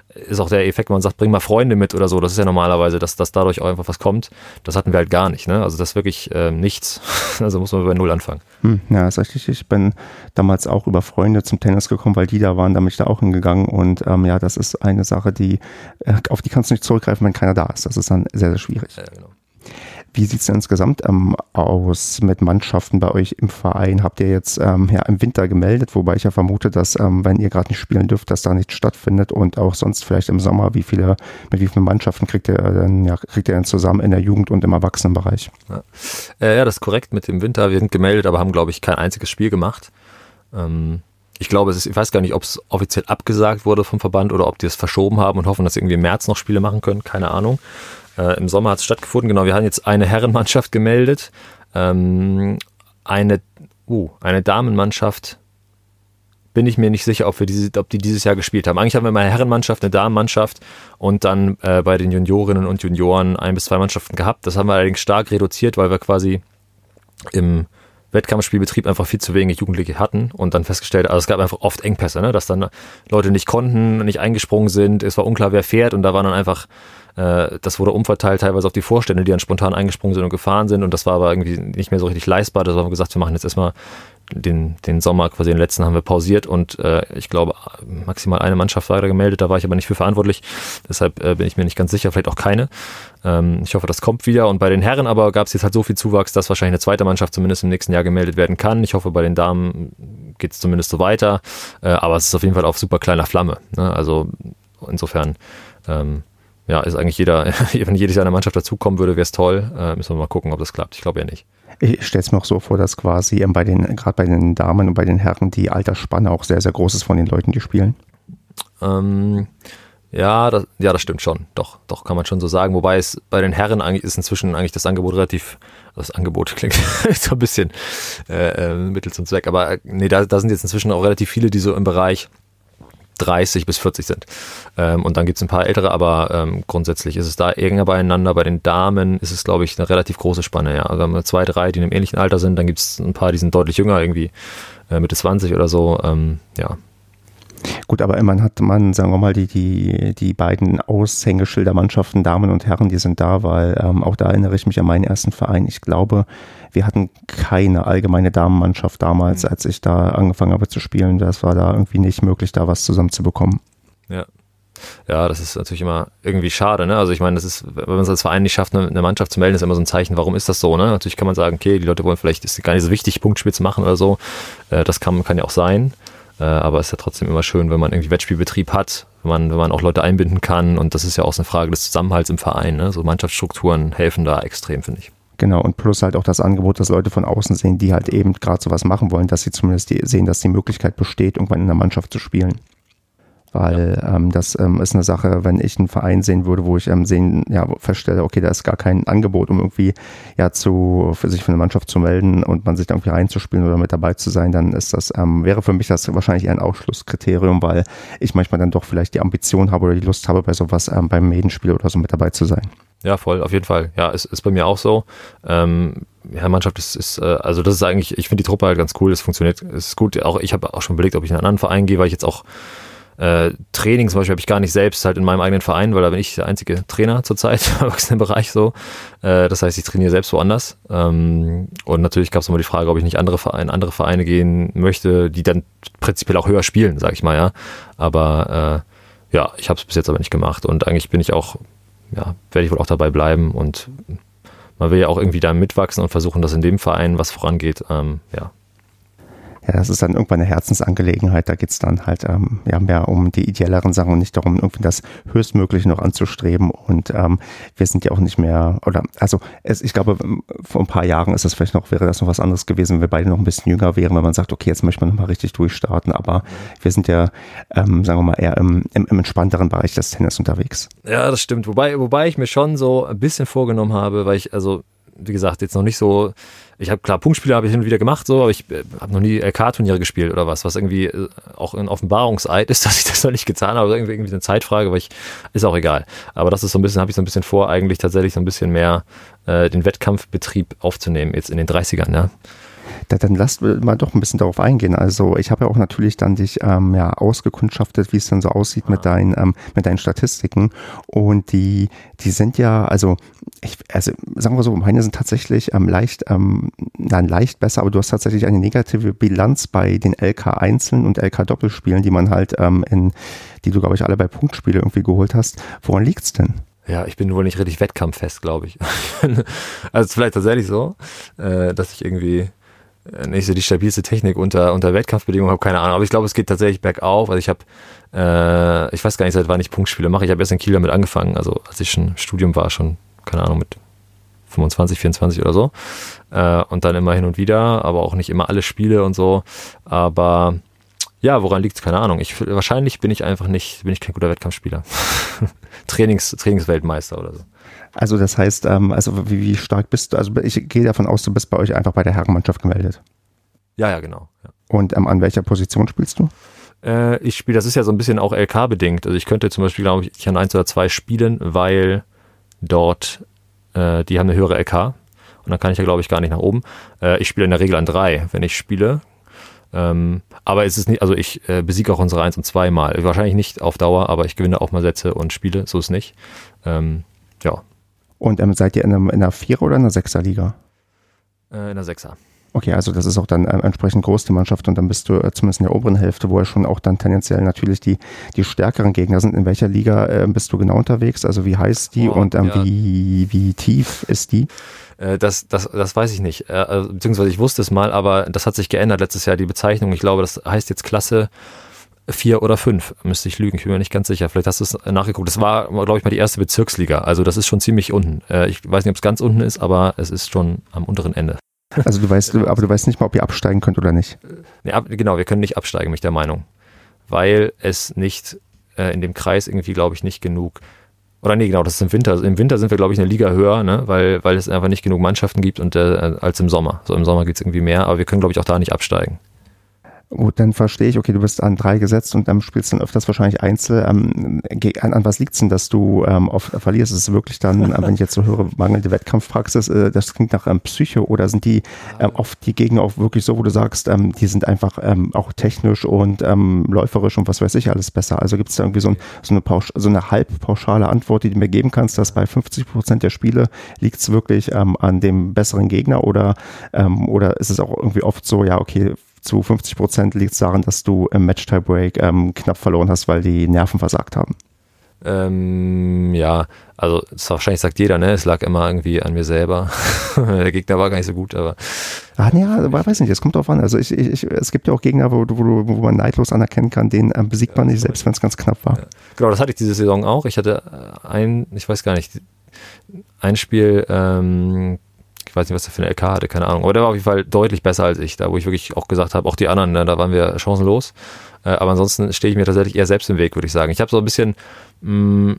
ist auch der Effekt, wenn man sagt, bring mal Freunde mit oder so, das ist ja normalerweise, dass, dass dadurch auch einfach was kommt. Das hatten wir halt gar nicht, ne? Also das ist wirklich äh, nichts. Also muss man bei Null anfangen. Hm, ja, ist richtig. Ich bin damals auch über Freunde zum Tennis gekommen, weil die da waren, da bin ich da auch hingegangen und ähm, ja, das ist eine Sache, die äh, auf die kannst du nicht zurückgreifen, wenn keiner da ist. Das ist dann sehr, sehr schwierig. Ja, genau. Wie sieht es denn insgesamt ähm, aus mit Mannschaften bei euch im Verein? Habt ihr jetzt ähm, ja, im Winter gemeldet, wobei ich ja vermute, dass ähm, wenn ihr gerade nicht spielen dürft, dass da nichts stattfindet und auch sonst vielleicht im Sommer, wie viele, mit wie vielen Mannschaften kriegt ihr denn, ja, kriegt ihr denn zusammen in der Jugend- und im Erwachsenenbereich? Ja. Äh, ja, das ist korrekt mit dem Winter. Wir sind gemeldet, aber haben, glaube ich, kein einziges Spiel gemacht. Ähm, ich glaube, es ist, ich weiß gar nicht, ob es offiziell abgesagt wurde vom Verband oder ob die es verschoben haben und hoffen, dass sie irgendwie im März noch Spiele machen können. Keine Ahnung. Äh, Im Sommer hat es stattgefunden, genau, wir haben jetzt eine Herrenmannschaft gemeldet, ähm, eine, uh, eine Damenmannschaft, bin ich mir nicht sicher, ob, wir diese, ob die dieses Jahr gespielt haben. Eigentlich haben wir mal eine Herrenmannschaft, eine Damenmannschaft und dann äh, bei den Juniorinnen und Junioren ein bis zwei Mannschaften gehabt. Das haben wir allerdings stark reduziert, weil wir quasi im Wettkampfspielbetrieb einfach viel zu wenig Jugendliche hatten und dann festgestellt, also es gab einfach oft Engpässe, ne, dass dann Leute nicht konnten, nicht eingesprungen sind, es war unklar, wer fährt und da waren dann einfach, äh, das wurde umverteilt teilweise auf die Vorstände, die dann spontan eingesprungen sind und gefahren sind und das war aber irgendwie nicht mehr so richtig leistbar, deshalb haben wir gesagt, wir machen jetzt erstmal den, den Sommer, quasi den letzten haben wir pausiert und äh, ich glaube maximal eine Mannschaft weiter gemeldet, da war ich aber nicht für verantwortlich, deshalb äh, bin ich mir nicht ganz sicher, vielleicht auch keine. Ähm, ich hoffe, das kommt wieder und bei den Herren aber gab es jetzt halt so viel Zuwachs, dass wahrscheinlich eine zweite Mannschaft zumindest im nächsten Jahr gemeldet werden kann. Ich hoffe, bei den Damen geht es zumindest so weiter, äh, aber es ist auf jeden Fall auf super kleiner Flamme, ne? Also insofern ähm, ja, ist eigentlich jeder, wenn jedes Jahr eine Mannschaft dazukommen würde, wäre es toll. Äh, müssen wir mal gucken, ob das klappt. Ich glaube ja nicht. Ich stelle es mir auch so vor, dass quasi bei den, gerade bei den Damen und bei den Herren die Altersspanne auch sehr, sehr groß ist von den Leuten, die spielen. Ähm, ja, das, ja, das stimmt schon. Doch, doch, kann man schon so sagen. Wobei es bei den Herren eigentlich ist inzwischen eigentlich das Angebot relativ, das Angebot klingt so ein bisschen äh, Mittel zum Zweck, aber nee, da, da sind jetzt inzwischen auch relativ viele, die so im Bereich dreißig bis vierzig sind. Ähm, und dann gibt es ein paar ältere, aber ähm, grundsätzlich ist es da enger beieinander. Bei den Damen ist es, glaube ich, eine relativ große Spanne. Ja. Also haben wir zwei, drei, die in einem ähnlichen Alter sind. Dann gibt es ein paar, die sind deutlich jünger, irgendwie äh, Mitte zwanzig oder so. Ähm, ja. Gut, aber immerhin hat man, sagen wir mal, die, die, die beiden Aushängeschildermannschaften, Damen und Herren, die sind da, weil ähm, auch da erinnere ich mich an meinen ersten Verein. Ich glaube, wir hatten keine allgemeine Damenmannschaft damals, als ich da angefangen habe zu spielen. Das war da irgendwie nicht möglich, da was zusammenzubekommen. Ja. Ja, das ist natürlich immer irgendwie schade, ne? Also ich meine, das ist, wenn man es als Verein nicht schafft, eine, eine Mannschaft zu melden, ist immer so ein Zeichen, warum ist das so, ne? Natürlich kann man sagen, okay, die Leute wollen vielleicht, ist gar nicht so wichtig, Punktspiel zu machen oder so. Äh, das kann, kann ja auch sein. Äh, aber es ist ja trotzdem immer schön, wenn man irgendwie Wettspielbetrieb hat, wenn man, wenn man auch Leute einbinden kann. Und das ist ja auch so eine Frage des Zusammenhalts im Verein, ne? So Mannschaftsstrukturen helfen da extrem, finde ich. Genau, und plus halt auch das Angebot, dass Leute von außen sehen, die halt eben gerade sowas machen wollen, dass sie zumindest die, sehen, dass die Möglichkeit besteht, irgendwann in der Mannschaft zu spielen. Weil ja. ähm, das ähm, ist eine Sache, wenn ich einen Verein sehen würde, wo ich ähm, sehen, ja, feststelle, okay, da ist gar kein Angebot, um irgendwie ja zu für sich für eine Mannschaft zu melden und man sich da irgendwie reinzuspielen oder mit dabei zu sein, dann ist das, ähm, wäre für mich das wahrscheinlich eher ein Ausschlusskriterium, weil ich manchmal dann doch vielleicht die Ambition habe oder die Lust habe, bei sowas ähm, beim Medenspiel oder so mit dabei zu sein. Ja, voll, auf jeden Fall. Ja, ist, ist bei mir auch so. Ähm, ja, Mannschaft ist, ist äh, also das ist eigentlich, ich finde die Truppe halt ganz cool, das funktioniert, ist gut. Auch ich habe auch schon überlegt, ob ich in einen anderen Verein gehe, weil ich jetzt auch Äh, Training zum Beispiel habe ich gar nicht selbst halt in meinem eigenen Verein, weil da bin ich der einzige Trainer zurzeit im Erwachsenenbereich so. Äh, das heißt, ich trainiere selbst woanders. Ähm, und natürlich gab es immer die Frage, ob ich nicht andere Vereine, andere Vereine gehen möchte, die dann prinzipiell auch höher spielen, sag ich mal, ja. Aber äh, ja, ich habe es bis jetzt aber nicht gemacht und eigentlich bin ich auch, ja, werde ich wohl auch dabei bleiben und man will ja auch irgendwie da mitwachsen und versuchen, dass in dem Verein was vorangeht, ähm, ja. Ja, das ist dann irgendwann eine Herzensangelegenheit, da geht's dann halt ähm, ja, mehr um die ideelleren Sachen und nicht darum, irgendwie das Höchstmögliche noch anzustreben und ähm, wir sind ja auch nicht mehr, oder also es, ich glaube, vor ein paar Jahren ist das vielleicht noch, wäre das noch was anderes gewesen, wenn wir beide noch ein bisschen jünger wären, wenn man sagt, okay, jetzt möchte man nochmal richtig durchstarten, aber wir sind ja, ähm, sagen wir mal, eher im, im, im entspannteren Bereich des Tennis unterwegs. Ja, das stimmt, wobei, wobei ich mir schon so ein bisschen vorgenommen habe, weil ich, also wie gesagt, jetzt noch nicht so, ich habe klar, Punktspiele habe ich hin und wieder gemacht, so, aber ich äh, habe noch nie L K-Turniere gespielt oder was, was irgendwie äh, auch ein Offenbarungseid ist, dass ich das noch nicht getan habe, irgendwie, irgendwie eine Zeitfrage, weil ich, ist auch egal. Aber das ist so ein bisschen, habe ich so ein bisschen vor, eigentlich tatsächlich so ein bisschen mehr äh, den Wettkampfbetrieb aufzunehmen, jetzt in den dreißigern, ja. Da, dann lasst mal doch ein bisschen darauf eingehen. Also ich habe ja auch natürlich dann dich ähm, ja, ausgekundschaftet, wie es dann so aussieht ah. mit, deinen, ähm, mit deinen Statistiken. Und die, die sind ja, also, ich, also sagen wir so, meine sind tatsächlich ähm, leicht, ähm, nein, leicht besser, aber du hast tatsächlich eine negative Bilanz bei den L K-Einzeln und L K-Doppelspielen, die man halt ähm, in, die du, glaube ich, alle bei Punktspiele irgendwie geholt hast. Woran liegt's denn? Ja, ich bin wohl nicht richtig wettkampffest, glaube ich. Also es ist vielleicht tatsächlich so, äh, dass ich irgendwie nicht so die stabilste Technik unter, unter Wettkampfbedingungen habe, keine Ahnung. Aber ich glaube, es geht tatsächlich bergauf. Also ich habe, äh, ich weiß gar nicht, seit wann ich Punktspiele mache. Ich habe erst in Kiel damit angefangen, also als ich schon im Studium war, schon, keine Ahnung, mit fünfundzwanzig, vierundzwanzig oder so. Äh, und dann immer hin und wieder, aber auch nicht immer alle Spiele und so. Aber ja, woran liegt es? Keine Ahnung. Ich, wahrscheinlich bin ich einfach nicht, bin ich kein guter Wettkampfspieler. Trainings, Trainingsweltmeister oder so. Also das heißt, ähm, also wie, wie stark bist du? Also ich gehe davon aus, du bist bei euch einfach bei der Herrenmannschaft gemeldet. Ja, ja, genau. Ja. Und ähm, an welcher Position spielst du? Äh, ich spiele, das ist ja so ein bisschen auch L K-bedingt. Also ich könnte zum Beispiel, glaube ich, ich kann eins oder zwei spielen, weil dort, äh, die haben eine höhere L K. Und dann kann ich ja, glaube ich, gar nicht nach oben. Äh, ich spiele in der Regel an drei, wenn ich spiele. Ähm, aber es ist nicht, also ich äh, besiege auch unsere eins und zwei mal. Wahrscheinlich nicht auf Dauer, aber ich gewinne auch mal Sätze und Spiele, so ist es nicht. Ähm, ja. Und ähm, seid ihr in, einem, in einer Vierer- oder einer Sechser-Liga? Äh, in einer Sechser. Okay, also das ist auch dann äh, entsprechend groß, die Mannschaft, und dann bist du äh, zumindest in der oberen Hälfte, wo ja schon auch dann tendenziell natürlich die, die stärkeren Gegner sind. In welcher Liga äh, bist du genau unterwegs? Also wie heißt die oh, und ähm, ja. wie, wie tief ist die? Das, das, das weiß ich nicht, äh, beziehungsweise ich wusste es mal, aber das hat sich geändert letztes Jahr, die Bezeichnung. Ich glaube, das heißt jetzt Klasse vier oder fünf, müsste ich lügen, ich bin mir nicht ganz sicher. Vielleicht hast du es nachgeguckt. Das war, glaube ich, mal die erste Bezirksliga, also das ist schon ziemlich unten. Ich weiß nicht, ob es ganz unten ist, aber es ist schon am unteren Ende. Also du weißt, aber du weißt nicht mal, ob ihr absteigen könnt oder nicht? Nee, ab, genau, wir können nicht absteigen, bin ich der Meinung, weil es nicht äh, in dem Kreis irgendwie, glaube ich, nicht genug. Oder nee, genau, das ist im Winter. Im Winter sind wir, glaube ich, eine Liga höher, ne? weil, weil es einfach nicht genug Mannschaften gibt und äh, als im Sommer. So im Sommer gibt es irgendwie mehr, aber wir können, glaube ich, auch da nicht absteigen. Gut, dann verstehe ich, okay, du bist an drei gesetzt und dann spielst dann öfters wahrscheinlich Einzel. Ähm, an, an was liegt es denn, dass du ähm, oft verlierst? Ist es wirklich dann, wenn ich jetzt so höre, mangelnde Wettkampfpraxis, äh, das klingt nach ähm, Psycho, oder sind die ähm, oft die Gegner auch wirklich so, wo du sagst, ähm, die sind einfach ähm, auch technisch und ähm, läuferisch und was weiß ich alles besser? Also gibt es da irgendwie so, ein, so, eine Pausch, so eine halb pauschale Antwort, die du mir geben kannst, dass bei fünfzig Prozent der Spiele liegt es wirklich ähm, an dem besseren Gegner, oder, ähm, oder ist es auch irgendwie oft so, ja, okay, zu fünfzig Prozent liegt es daran, dass du im Match-Tiebreak ähm, knapp verloren hast, weil die Nerven versagt haben? Ähm, ja, also das wahrscheinlich sagt jeder, ne? Es lag immer irgendwie an mir selber. Der Gegner war gar nicht so gut, aber. Ach ja, aber weiß nicht, es kommt drauf an. Also ich, ich, es gibt ja auch Gegner, wo, wo, wo man neidlos anerkennen kann, den ähm, besiegt man nicht, selbst wenn es ganz knapp war. Ja. Genau, das hatte ich diese Saison auch. Ich hatte ein, ich weiß gar nicht, ein Spiel, ähm, ich weiß nicht, was der für eine L K hatte, keine Ahnung. Aber der war auf jeden Fall deutlich besser als ich, da wo ich wirklich auch gesagt habe, auch die anderen, ne, da waren wir chancenlos. Äh, aber ansonsten stehe ich mir tatsächlich eher selbst im Weg, würde ich sagen. Ich habe so ein bisschen, mh,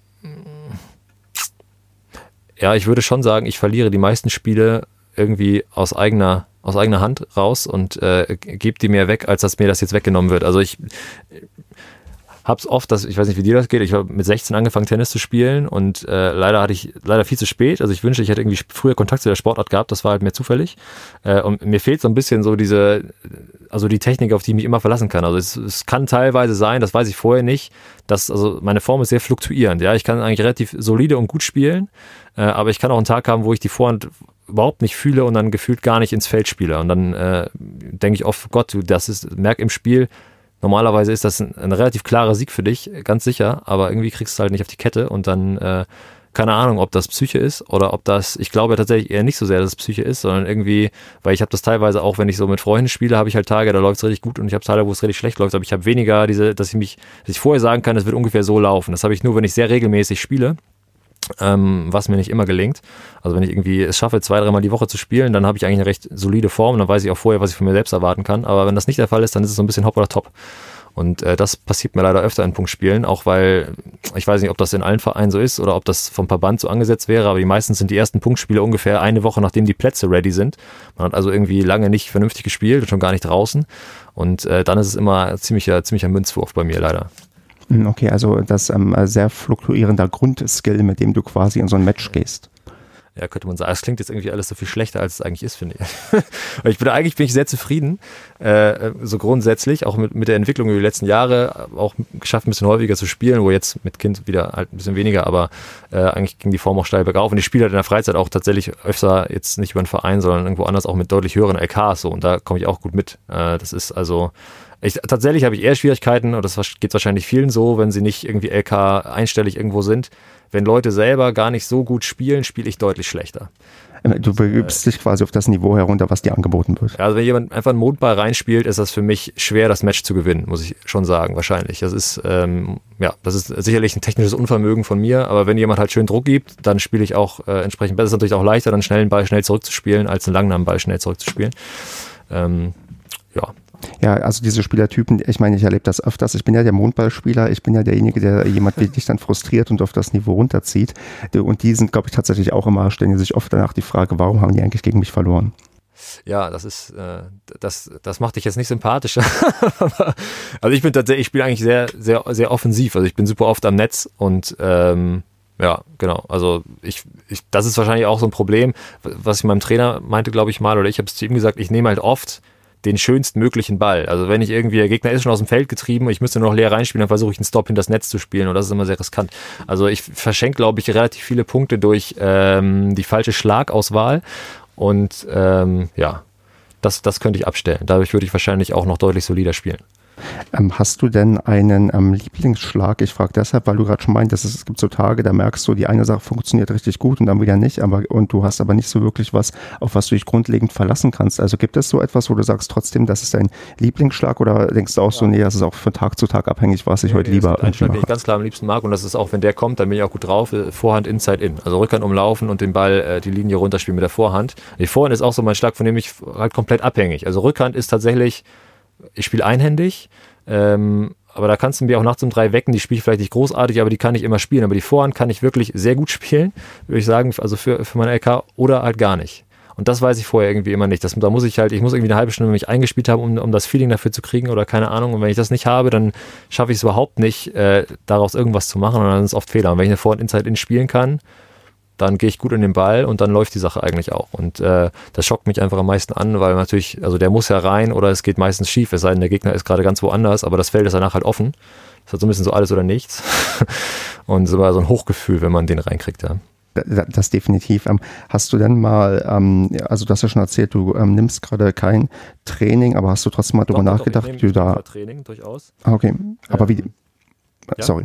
ja, ich würde schon sagen, ich verliere die meisten Spiele irgendwie aus eigener, aus eigener Hand raus und äh, gebe die mir weg, als dass mir das jetzt weggenommen wird. Also ich hab's oft, dass, ich weiß nicht, wie dir das geht, ich habe mit sechzehn angefangen, Tennis zu spielen und äh, leider hatte ich, leider viel zu spät, also ich wünschte, ich hätte irgendwie früher Kontakt zu der Sportart gehabt, das war halt mir zufällig äh, und mir fehlt so ein bisschen so diese, also die Technik, auf die ich mich immer verlassen kann, also es, es kann teilweise sein, das weiß ich vorher nicht, dass, also meine Form ist sehr fluktuierend, ja, ich kann eigentlich relativ solide und gut spielen, äh, aber ich kann auch einen Tag haben, wo ich die Vorhand überhaupt nicht fühle und dann gefühlt gar nicht ins Feld spiele und dann äh, denke ich oft, Gott, du, das ist, merk im Spiel, normalerweise ist das ein, ein relativ klarer Sieg für dich, ganz sicher, aber irgendwie kriegst du es halt nicht auf die Kette und dann, äh, keine Ahnung, ob das Psyche ist oder ob das, ich glaube tatsächlich eher nicht so sehr, dass es Psyche ist, sondern irgendwie, weil ich habe das teilweise auch, wenn ich so mit Freunden spiele, habe ich halt Tage, da läuft es richtig gut und ich habe Tage, wo es richtig schlecht läuft, aber ich habe weniger diese, dass ich mich, dass ich vorher sagen kann, es wird ungefähr so laufen. Das habe ich nur, wenn ich sehr regelmäßig spiele. Ähm, was mir nicht immer gelingt. Also wenn ich irgendwie es schaffe, zwei, dreimal die Woche zu spielen, dann habe ich eigentlich eine recht solide Form und dann weiß ich auch vorher, was ich von mir selbst erwarten kann. Aber wenn das nicht der Fall ist, dann ist es so ein bisschen hopp oder top. Und äh, das passiert mir leider öfter in Punktspielen, auch weil, ich weiß nicht, ob das in allen Vereinen so ist oder ob das vom Verband so angesetzt wäre, aber die meisten sind die ersten Punktspiele ungefähr eine Woche, nachdem die Plätze ready sind. Man hat also irgendwie lange nicht vernünftig gespielt und schon gar nicht draußen. Und äh, dann ist es immer ziemlicher, ziemlicher Münzwurf bei mir leider. Okay, also das ähm, sehr fluktuierender Grundskill, mit dem du quasi in so ein Match gehst. ja, könnte man sagen, es klingt jetzt irgendwie alles so viel schlechter, als es eigentlich ist, finde ich. ich bin eigentlich bin ich sehr zufrieden, äh, so grundsätzlich, auch mit, mit der Entwicklung über die letzten Jahre, auch geschafft, ein bisschen häufiger zu spielen, wo jetzt mit Kind wieder halt ein bisschen weniger, aber äh, eigentlich ging die Form auch steil bergauf und ich spiele halt in der Freizeit auch tatsächlich öfter, jetzt nicht über einen Verein, sondern irgendwo anders auch mit deutlich höheren L Ks so und da komme ich auch gut mit. Äh, das ist also Ich, tatsächlich habe ich eher Schwierigkeiten, und das geht wahrscheinlich vielen so, wenn sie nicht irgendwie L K einstellig irgendwo sind. Wenn Leute selber gar nicht so gut spielen, spiele ich deutlich schlechter. Du begibst dich quasi auf das Niveau herunter, was dir angeboten wird. Also wenn jemand einfach einen Mondball reinspielt, ist das für mich schwer, das Match zu gewinnen, muss ich schon sagen, wahrscheinlich. Das ist, ähm, ja, das ist sicherlich ein technisches Unvermögen von mir, aber wenn jemand halt schön Druck gibt, dann spiele ich auch äh, entsprechend besser. Es ist natürlich auch leichter, dann schnell einen Ball schnell zurückzuspielen, als einen langen Ball schnell zurückzuspielen. Ähm, ja. Ja, also diese Spielertypen, ich meine, ich erlebe das öfters. Ich bin ja der Mondballspieler, ich bin ja derjenige, der jemand wirklich dann frustriert und auf das Niveau runterzieht. Und die sind, glaube ich, tatsächlich auch immer, stellen sich oft danach die Frage, warum haben die eigentlich gegen mich verloren? Ja, das ist, äh, das, das macht dich jetzt nicht sympathischer. Also ich bin tatsächlich, ich spiele eigentlich sehr, sehr, sehr offensiv. Also ich bin super oft am Netz und ähm, ja, genau. Also ich, ich, das ist wahrscheinlich auch so ein Problem, was ich meinem Trainer meinte, glaube ich mal, oder ich habe es zu ihm gesagt, ich nehme halt oft den schönstmöglichen Ball. Also wenn ich irgendwie, der Gegner ist schon aus dem Feld getrieben und ich müsste nur noch leer reinspielen, dann versuche ich einen Stop hinter das Netz zu spielen und das ist immer sehr riskant. Also ich verschenke, glaube ich, relativ viele Punkte durch ähm, die falsche Schlagauswahl und ähm, ja, das, das könnte ich abstellen. Dadurch würde ich wahrscheinlich auch noch deutlich solider spielen. Ähm, hast du denn einen ähm, Lieblingsschlag? Ich frage deshalb, weil du gerade schon meintest, es gibt so Tage, da merkst du, die eine Sache funktioniert richtig gut und dann wieder nicht, aber und du hast aber nicht so wirklich was, auf was du dich grundlegend verlassen kannst. Also gibt es so etwas, wo du sagst trotzdem, das ist dein Lieblingsschlag oder denkst du auch ja. so, nee, das ist auch von Tag zu Tag abhängig, was ich nee, heute nee, lieber einen Schlag, den ich ganz klar am liebsten mag und das ist auch, wenn der kommt, dann bin ich auch gut drauf, Vorhand, Inside, In. Also Rückhand umlaufen und den Ball, äh, die Linie runterspielen mit der Vorhand. Die Vorhand ist auch so mein Schlag, von dem ich halt komplett abhängig. Also Rückhand ist tatsächlich, ich spiele einhändig, ähm, aber da kannst du mir auch nachts um drei wecken, die spiele ich vielleicht nicht großartig, aber die kann ich immer spielen. Aber die Vorhand kann ich wirklich sehr gut spielen, würde ich sagen, also für, für meine L K oder halt gar nicht. Und das weiß ich vorher irgendwie immer nicht. Das, da muss ich halt, ich muss irgendwie eine halbe Stunde mich eingespielt haben, um, um das Feeling dafür zu kriegen oder keine Ahnung. Und wenn ich das nicht habe, dann schaffe ich es überhaupt nicht, äh, daraus irgendwas zu machen und dann ist es oft Fehler. Und wenn ich eine Vorhand Inside-In spielen kann, dann gehe ich gut in den Ball und dann läuft die Sache eigentlich auch. Und äh, das schockt mich einfach am meisten an, weil natürlich, also der muss ja rein oder es geht meistens schief, es sei denn, der Gegner ist gerade ganz woanders, aber das Feld ist danach halt offen. Das hat so ein bisschen so alles oder nichts. Und es war so ein Hochgefühl, wenn man den reinkriegt, ja. Das definitiv. Hast du denn mal, also du hast ja schon erzählt, du nimmst gerade kein Training, aber hast du trotzdem mal drüber nachgedacht, wie du da... Training durchaus. Okay, aber wie... Ähm, sorry.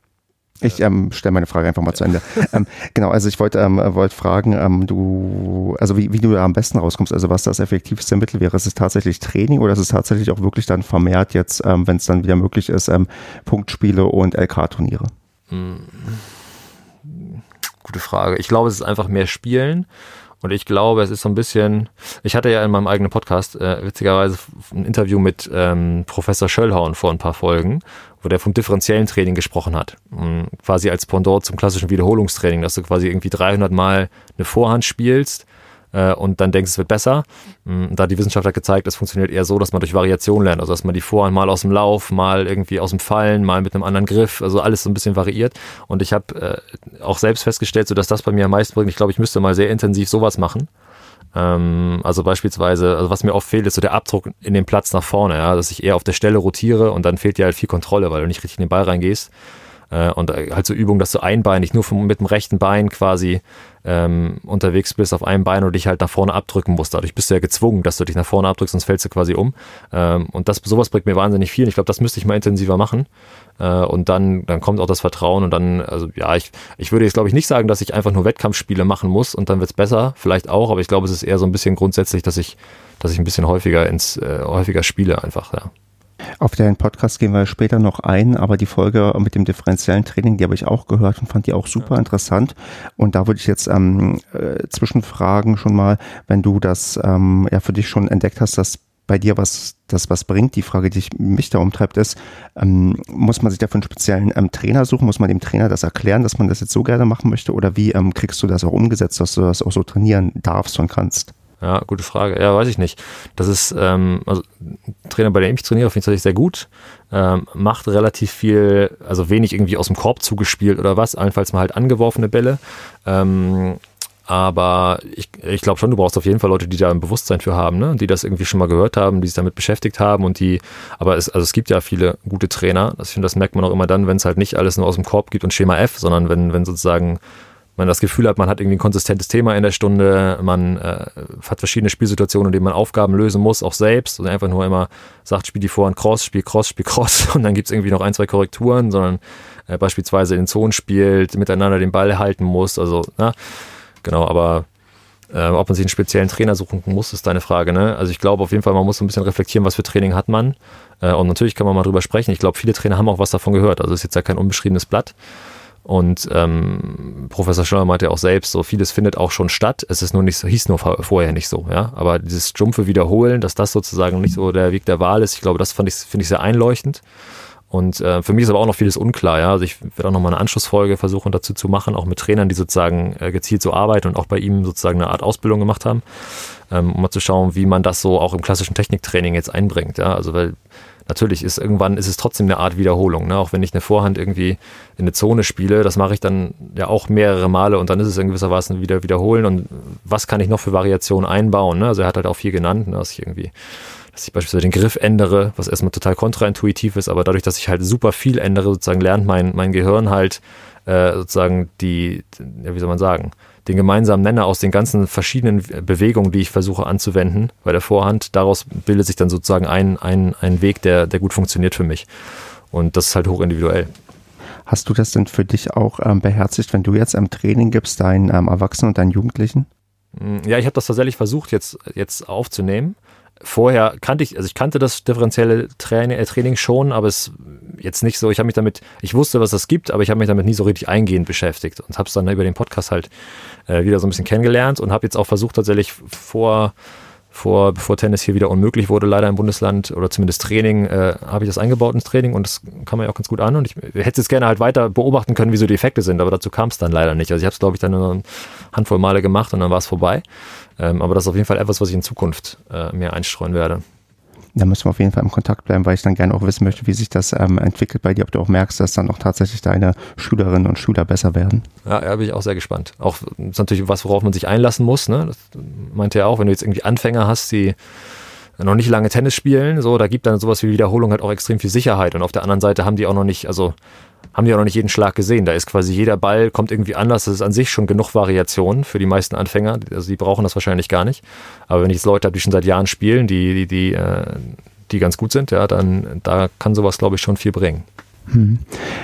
Ich ähm, stelle meine Frage einfach mal zu Ende. ähm, genau, also ich wollte ähm, wollt fragen, ähm, du, also wie, wie du da am besten rauskommst, also was das effektivste Mittel wäre. Ist es tatsächlich Training oder ist es tatsächlich auch wirklich dann vermehrt jetzt, ähm, wenn es dann wieder möglich ist, ähm, Punktspiele und L K-Turniere? Hm. Gute Frage. Ich glaube, es ist einfach mehr Spielen. Und ich glaube, es ist so ein bisschen, ich hatte ja in meinem eigenen Podcast äh, witzigerweise ein Interview mit ähm, Professor Schöllhorn vor ein paar Folgen, wo der vom differenziellen Training gesprochen hat. Und quasi als Pendant zum klassischen Wiederholungstraining, dass du quasi irgendwie dreihundert Mal eine Vorhand spielst äh, und dann denkst, es wird besser. Und da hat die Wissenschaft hat gezeigt, es funktioniert eher so, dass man durch Variation lernt. Also dass man die Vorhand mal aus dem Lauf, mal irgendwie aus dem Fallen, mal mit einem anderen Griff, also alles so ein bisschen variiert. Und ich habe äh, auch selbst festgestellt, so dass das bei mir am meisten bringt. Ich glaube, ich müsste mal sehr intensiv sowas machen. Ähm, also beispielsweise, also was mir oft fehlt, ist so der Abdruck in den Platz nach vorne, ja, dass ich eher auf der Stelle rotiere und dann fehlt dir halt viel Kontrolle, weil du nicht richtig in den Ball reingehst. Äh, und halt so Übung, dass du einbeinig nur vom, mit dem rechten Bein quasi ähm, unterwegs bist auf einem Bein und dich halt nach vorne abdrücken musst. Dadurch bist du ja gezwungen, dass du dich nach vorne abdrückst, sonst fällst du quasi um. Ähm, und das, sowas bringt mir wahnsinnig viel. Ich glaube, das müsste ich mal intensiver machen. Äh, und dann, dann kommt auch das Vertrauen und dann, also ja, ich, ich würde jetzt glaube ich nicht sagen, dass ich einfach nur Wettkampfspiele machen muss und dann wird's besser. Vielleicht auch, aber ich glaube, es ist eher so ein bisschen grundsätzlich, dass ich, dass ich ein bisschen häufiger ins, äh, häufiger spiele einfach, ja. Auf den Podcast gehen wir später noch ein, aber die Folge mit dem differenziellen Training, die habe ich auch gehört und fand die auch super ja. interessant. Und da würde ich jetzt ähm, äh, zwischenfragen schon mal, wenn du das ähm, ja für dich schon entdeckt hast, dass bei dir was das was bringt. Die Frage, die ich, mich da umtreibt, ist, ähm, muss man sich dafür einen speziellen ähm, Trainer suchen? Muss man dem Trainer das erklären, dass man das jetzt so gerne machen möchte? Oder wie ähm, kriegst du das auch umgesetzt, dass du das auch so trainieren darfst und kannst? Ja, gute Frage. Ja, weiß ich nicht. Das ist, ähm, also Trainer, bei dem ich trainiere, finde ich tatsächlich sehr gut. Ähm, macht relativ viel, also wenig irgendwie aus dem Korb zugespielt oder was, allenfalls mal halt angeworfene Bälle. Ähm, Aber ich, ich glaube schon, du brauchst auf jeden Fall Leute, die da ein Bewusstsein für haben, ne? Die das irgendwie schon mal gehört haben, die sich damit beschäftigt haben und die, aber es, also es gibt ja viele gute Trainer. Ich finde, das merkt man auch immer dann, wenn es halt nicht alles nur aus dem Korb gibt und Schema F, sondern wenn, wenn sozusagen man das Gefühl hat, man hat irgendwie ein konsistentes Thema in der Stunde, man äh, hat verschiedene Spielsituationen, in denen man Aufgaben lösen muss, auch selbst, und einfach nur immer sagt, spiel die Vorhand Cross, spiel Cross, spiel Cross und dann gibt es irgendwie noch ein, zwei Korrekturen, sondern äh, beispielsweise in Zonen spielt, miteinander den Ball halten muss, also, na, genau, aber äh, ob man sich einen speziellen Trainer suchen muss, ist deine Frage, ne? Also ich glaube auf jeden Fall, man muss so ein bisschen reflektieren, was für Training hat man, äh, und natürlich kann man mal drüber sprechen. Ich glaube, viele Trainer haben auch was davon gehört, also ist jetzt ja kein unbeschriebenes Blatt. Und ähm, Professor Schöller meinte ja auch selbst, so vieles findet auch schon statt. Es ist nur nicht so, hieß nur vorher nicht so, ja. Aber dieses stumpfe Wiederholen, dass das sozusagen nicht so der Weg der Wahl ist, ich glaube, das fand ich, finde ich sehr einleuchtend. Und äh, für mich ist aber auch noch vieles unklar, ja. Also ich werde auch noch mal eine Anschlussfolge versuchen dazu zu machen, auch mit Trainern, die sozusagen äh, gezielt so arbeiten und auch bei ihm sozusagen eine Art Ausbildung gemacht haben, ähm, um mal zu schauen, wie man das so auch im klassischen Techniktraining jetzt einbringt, ja. Also weil natürlich ist irgendwann ist es trotzdem eine Art Wiederholung, ne? Auch wenn ich eine Vorhand irgendwie in eine Zone spiele, das mache ich dann ja auch mehrere Male und dann ist es in gewisser Weise wieder wiederholen und was kann ich noch für Variationen einbauen, ne? Also er hat halt auch viel genannt, ne? Dass ich irgendwie, dass ich beispielsweise den Griff ändere, was erstmal total kontraintuitiv ist, aber dadurch, dass ich halt super viel ändere, sozusagen lernt mein, mein Gehirn halt äh, sozusagen die, ja, wie soll man sagen, den gemeinsamen Nenner aus den ganzen verschiedenen Bewegungen, die ich versuche anzuwenden bei der Vorhand, daraus bildet sich dann sozusagen ein, ein, ein Weg, der, der gut funktioniert für mich. Und das ist halt hochindividuell. Hast du das denn für dich auch ähm, beherzigt, wenn du jetzt im Training gibst, deinen ähm, Erwachsenen und deinen Jugendlichen? Ja, ich habe das tatsächlich versucht jetzt, jetzt aufzunehmen. Vorher kannte ich, also ich kannte das differenzielle Training, äh, Training schon, aber es jetzt nicht so, ich habe mich damit, ich wusste, was es gibt, aber ich habe mich damit nie so richtig eingehend beschäftigt und habe es dann über den Podcast halt äh, wieder so ein bisschen kennengelernt und habe jetzt auch versucht tatsächlich vor, vor, bevor Tennis hier wieder unmöglich wurde, leider im Bundesland oder zumindest Training, äh, habe ich das eingebaut ins Training und das kann man ja auch ganz gut an und ich hätte es gerne halt weiter beobachten können, wie so die Effekte sind, aber dazu kam es dann leider nicht. Also ich habe es, glaube ich, dann nur eine Handvoll Male gemacht und dann war es vorbei. Ähm, aber das ist auf jeden Fall etwas, was ich in Zukunft äh, mehr einstreuen werde. Da müssen wir auf jeden Fall im Kontakt bleiben, weil ich dann gerne auch wissen möchte, wie sich das ähm, entwickelt bei dir, ob du auch merkst, dass dann auch tatsächlich deine Schülerinnen und Schüler besser werden. Ja, da bin ich auch sehr gespannt. Auch das ist natürlich was, worauf man sich einlassen muss, ne? Das meinte er auch, wenn du jetzt irgendwie Anfänger hast, die noch nicht lange Tennis spielen, so, da gibt dann sowas wie Wiederholung halt auch extrem viel Sicherheit und auf der anderen Seite haben die auch noch nicht, also haben die auch noch nicht jeden Schlag gesehen. Da ist quasi jeder Ball kommt irgendwie anders. Das ist an sich schon genug Variation für die meisten Anfänger. Also die brauchen das wahrscheinlich gar nicht. Aber wenn ich jetzt Leute habe, die schon seit Jahren spielen, die, die, die, äh, die ganz gut sind, ja, dann da kann sowas, glaube ich, schon viel bringen. Hm.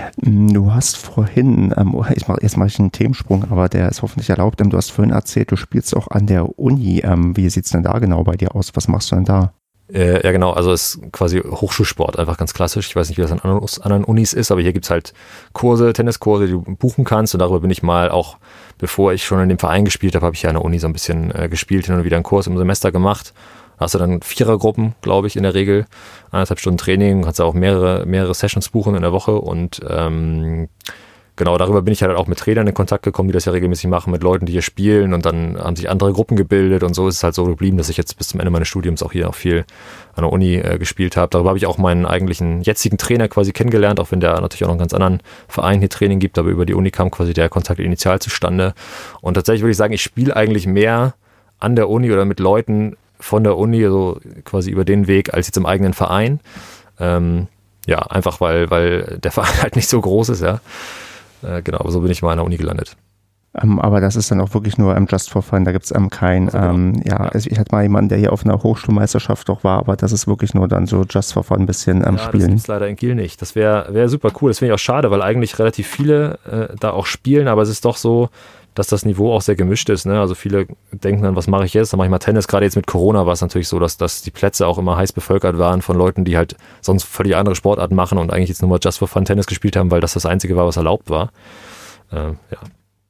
Du hast vorhin, ähm, ich mach, jetzt mache ich einen Themensprung, aber der ist hoffentlich erlaubt. Du hast vorhin erzählt, du spielst auch an der Uni. Ähm, wie sieht es denn da genau bei dir aus? Was machst du denn da? Äh, ja, genau, also es ist quasi Hochschulsport, einfach ganz klassisch. Ich weiß nicht, wie das an anderen Unis ist, aber hier gibt es halt Kurse, Tenniskurse, die du buchen kannst und darüber bin ich mal auch, bevor ich schon in dem Verein gespielt habe, habe ich ja an der Uni so ein bisschen äh, gespielt, hin und wieder einen Kurs im Semester gemacht. Da hast du dann Vierergruppen, glaube ich, in der Regel, anderthalb Stunden Training, kannst du auch mehrere, mehrere Sessions buchen in der Woche und ähm, genau, darüber bin ich halt auch mit Trainern in Kontakt gekommen, die das ja regelmäßig machen, mit Leuten, die hier spielen und dann haben sich andere Gruppen gebildet und so ist es halt so geblieben, dass ich jetzt bis zum Ende meines Studiums auch hier auch viel an der Uni äh, gespielt habe. Darüber habe ich auch meinen eigentlichen jetzigen Trainer quasi kennengelernt, auch wenn der natürlich auch noch einen ganz anderen Verein hier Training gibt, aber über die Uni kam quasi der Kontakt initial zustande und tatsächlich würde ich sagen, ich spiele eigentlich mehr an der Uni oder mit Leuten von der Uni, so quasi über den Weg, als jetzt im eigenen Verein. Ähm, ja, einfach weil, weil der Verein halt nicht so groß ist, ja. Äh, genau, aber so bin ich mal an der Uni gelandet. Ähm, aber das ist dann auch wirklich nur ähm, just for fun, da gibt es ähm, kein, also genau. ähm, ja, ja. Also ich hatte mal jemanden, der hier auf einer Hochschulmeisterschaft doch war, aber das ist wirklich nur dann so just for fun ein bisschen ähm, ja, spielen. Das gibt's leider in Kiel nicht. Das wäre wär super cool, das finde ich auch schade, weil eigentlich relativ viele äh, da auch spielen, aber es ist doch so, dass das Niveau auch sehr gemischt ist, ne? Also viele denken dann, was mache ich jetzt? Dann mache ich mal Tennis. Gerade jetzt mit Corona war es natürlich so, dass, dass die Plätze auch immer heiß bevölkert waren von Leuten, die halt sonst völlig andere Sportarten machen und eigentlich jetzt nur mal just for fun Tennis gespielt haben, weil das das Einzige war, was erlaubt war. Äh, ja.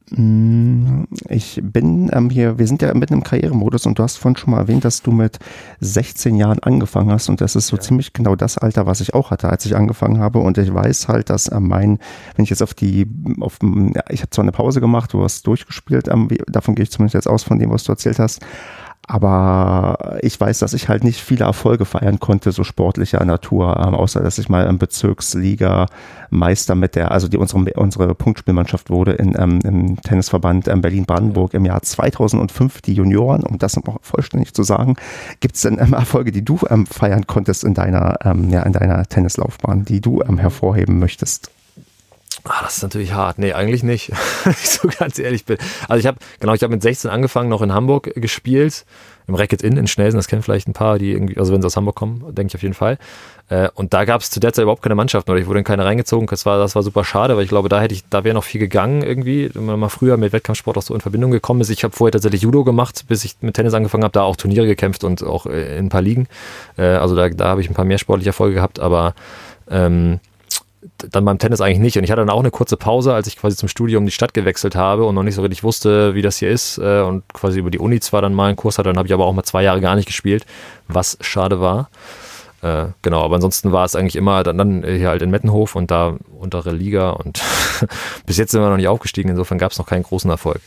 Ich bin ähm, hier, wir sind ja mitten im Karrieremodus und du hast vorhin schon mal erwähnt, dass du mit sechzehn Jahren angefangen hast und das ist so ja. ziemlich genau das Alter, was ich auch hatte, als ich angefangen habe und ich weiß halt, dass äh, mein, wenn ich jetzt auf die, auf, ja, ich habe zwar eine Pause gemacht, du hast durchgespielt, ähm, wie, davon gehe ich zumindest jetzt aus, von dem, was du erzählt hast, Aber ich weiß, dass ich halt nicht viele Erfolge feiern konnte, so sportlicher Natur, ähm, außer dass ich mal im Bezirksliga Meister mit der, also die unsere, unsere Punktspielmannschaft wurde in, ähm, im Tennisverband ähm, Berlin-Brandenburg im Jahr zweitausendfünf, die Junioren, um das noch vollständig zu sagen. Gibt es denn ähm, Erfolge, die du ähm, feiern konntest in deiner, ähm, ja, in deiner Tennislaufbahn, die du ähm, hervorheben möchtest? Ah, das ist natürlich hart. Nee, eigentlich nicht, wenn ich so ganz ehrlich bin. Also ich habe, genau, ich habe mit sechzehn angefangen, noch in Hamburg gespielt, im Racket Inn in Schnelsen, das kennen vielleicht ein paar, die irgendwie, also wenn sie aus Hamburg kommen, denke ich auf jeden Fall. Und da gab es zu der Zeit überhaupt keine Mannschaften oder ich wurde in keine reingezogen. Das war, das war super schade, weil ich glaube, da hätte ich, da wäre noch viel gegangen irgendwie, wenn man mal früher mit Wettkampfsport auch so in Verbindung gekommen ist. Ich habe vorher tatsächlich Judo gemacht, bis ich mit Tennis angefangen habe, da auch Turniere gekämpft und auch in ein paar Ligen. Also da, da habe ich ein paar mehr sportliche Erfolge gehabt, aber ähm, dann beim Tennis eigentlich nicht. Und ich hatte dann auch eine kurze Pause, als ich quasi zum Studium die Stadt gewechselt habe und noch nicht so richtig wusste, wie das hier ist und quasi über die Uni zwar dann mal einen Kurs hatte, dann habe ich aber auch mal zwei Jahre gar nicht gespielt, was schade war. Äh, genau, aber ansonsten war es eigentlich immer dann, dann hier halt in Mettenhof und da untere Liga und bis jetzt sind wir noch nicht aufgestiegen, insofern gab es noch keinen großen Erfolg.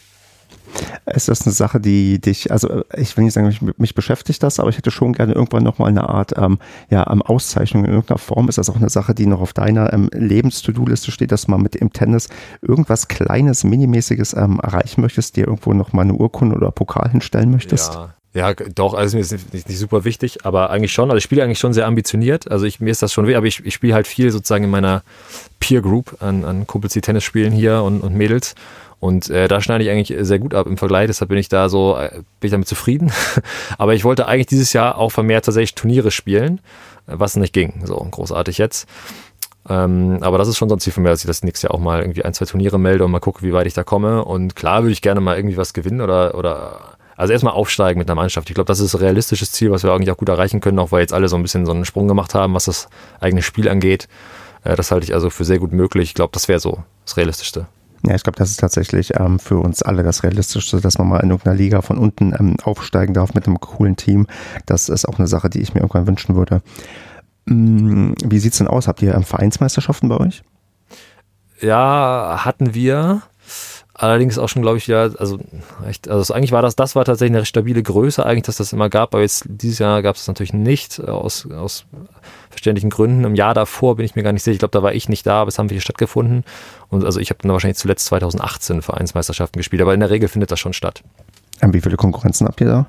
Ist das eine Sache, die dich, also ich will nicht sagen, mich, mich beschäftigt das, aber ich hätte schon gerne irgendwann nochmal eine Art ähm, ja, ähm, Auszeichnung in irgendeiner Form. Ist das auch eine Sache, die noch auf deiner ähm, Lebens-To-Do-Liste steht, dass du mal mit dem Tennis irgendwas Kleines, Minimäßiges ähm, erreichen möchtest, dir irgendwo nochmal eine Urkunde oder Pokal hinstellen möchtest? Ja. Ja, doch, also mir ist nicht, nicht super wichtig, aber eigentlich schon. Also ich spiele eigentlich schon sehr ambitioniert. Also ich, mir ist das schon weh, aber ich, ich spiele halt viel sozusagen in meiner Peer Group an, an Kumpels, die Tennis spielen hier und, und Mädels. Und äh, da schneide ich eigentlich sehr gut ab im Vergleich, deshalb bin ich da so, äh, bin ich damit zufrieden. Aber ich wollte eigentlich dieses Jahr auch vermehrt tatsächlich Turniere spielen, was nicht ging. So großartig jetzt. Ähm, aber das ist schon so ein Ziel von mir, dass ich das nächstes Jahr auch mal irgendwie ein, zwei Turniere melde und mal gucke, wie weit ich da komme. Und klar würde ich gerne mal irgendwie was gewinnen oder, oder also erstmal aufsteigen mit einer Mannschaft. Ich glaube, das ist ein realistisches Ziel, was wir eigentlich auch gut erreichen können, auch weil jetzt alle so ein bisschen so einen Sprung gemacht haben, was das eigene Spiel angeht. Äh, das halte ich also für sehr gut möglich. Ich glaube, das wäre so das Realistischste. Ja, ich glaube, das ist tatsächlich ähm, für uns alle das Realistischste, dass man mal in irgendeiner Liga von unten ähm, aufsteigen darf mit einem coolen Team. Das ist auch eine Sache, die ich mir irgendwann wünschen würde. Hm, wie sieht's denn aus? Habt ihr ähm, Vereinsmeisterschaften bei euch? Ja, hatten wir. Allerdings auch schon, glaube ich, ja, also echt, also eigentlich war das, das war tatsächlich eine stabile Größe, eigentlich, dass das immer gab, aber jetzt dieses Jahr gab es natürlich nicht, aus, aus verständlichen Gründen. Im Jahr davor bin ich mir gar nicht sicher, ich glaube, da war ich nicht da, aber es haben wir hier stattgefunden. Und also ich habe dann wahrscheinlich zuletzt zweitausendachtzehn Vereinsmeisterschaften gespielt, aber in der Regel findet das schon statt. Ähm, wie viele Konkurrenzen habt ihr da?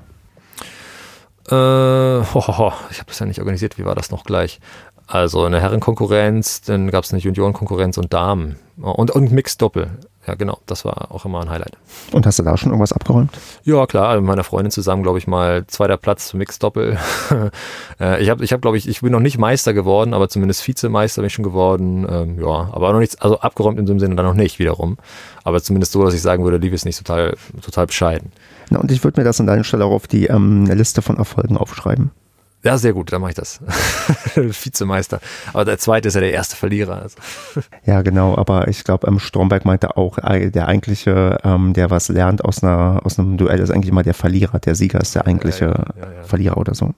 Äh, ho, ho, ho. Ich habe das ja nicht organisiert, wie war das noch gleich? Also eine Herrenkonkurrenz, dann gab es eine Juniorenkonkurrenz und Damen und, und Mixed Doppel. Ja, genau, das war auch immer ein Highlight. Und hast du da schon irgendwas abgeräumt? Ja, klar, mit meiner Freundin zusammen, glaube ich, mal zweiter Platz Mixed Doppel. ich habe, ich hab, glaube ich, ich bin noch nicht Meister geworden, aber zumindest Vizemeister bin ich schon geworden. Ähm, ja, aber noch nichts, also abgeräumt in dem Sinne dann noch nicht wiederum. Aber zumindest so, dass ich sagen würde, lief es nicht total, total bescheiden. Na, und ich würde mir das an deiner Stelle auch auf die ähm, Liste von Erfolgen aufschreiben. Ja, sehr gut, dann mache ich das. Vizemeister. Aber der zweite ist ja der erste Verlierer. Also. Ja, genau, aber ich glaube, ähm, Stromberg meinte auch, äh, der eigentliche, ähm, der was lernt aus einer aus einem Duell, ist eigentlich immer der Verlierer. Der Sieger ist der eigentliche ja, ja, ja, ja. Verlierer oder so.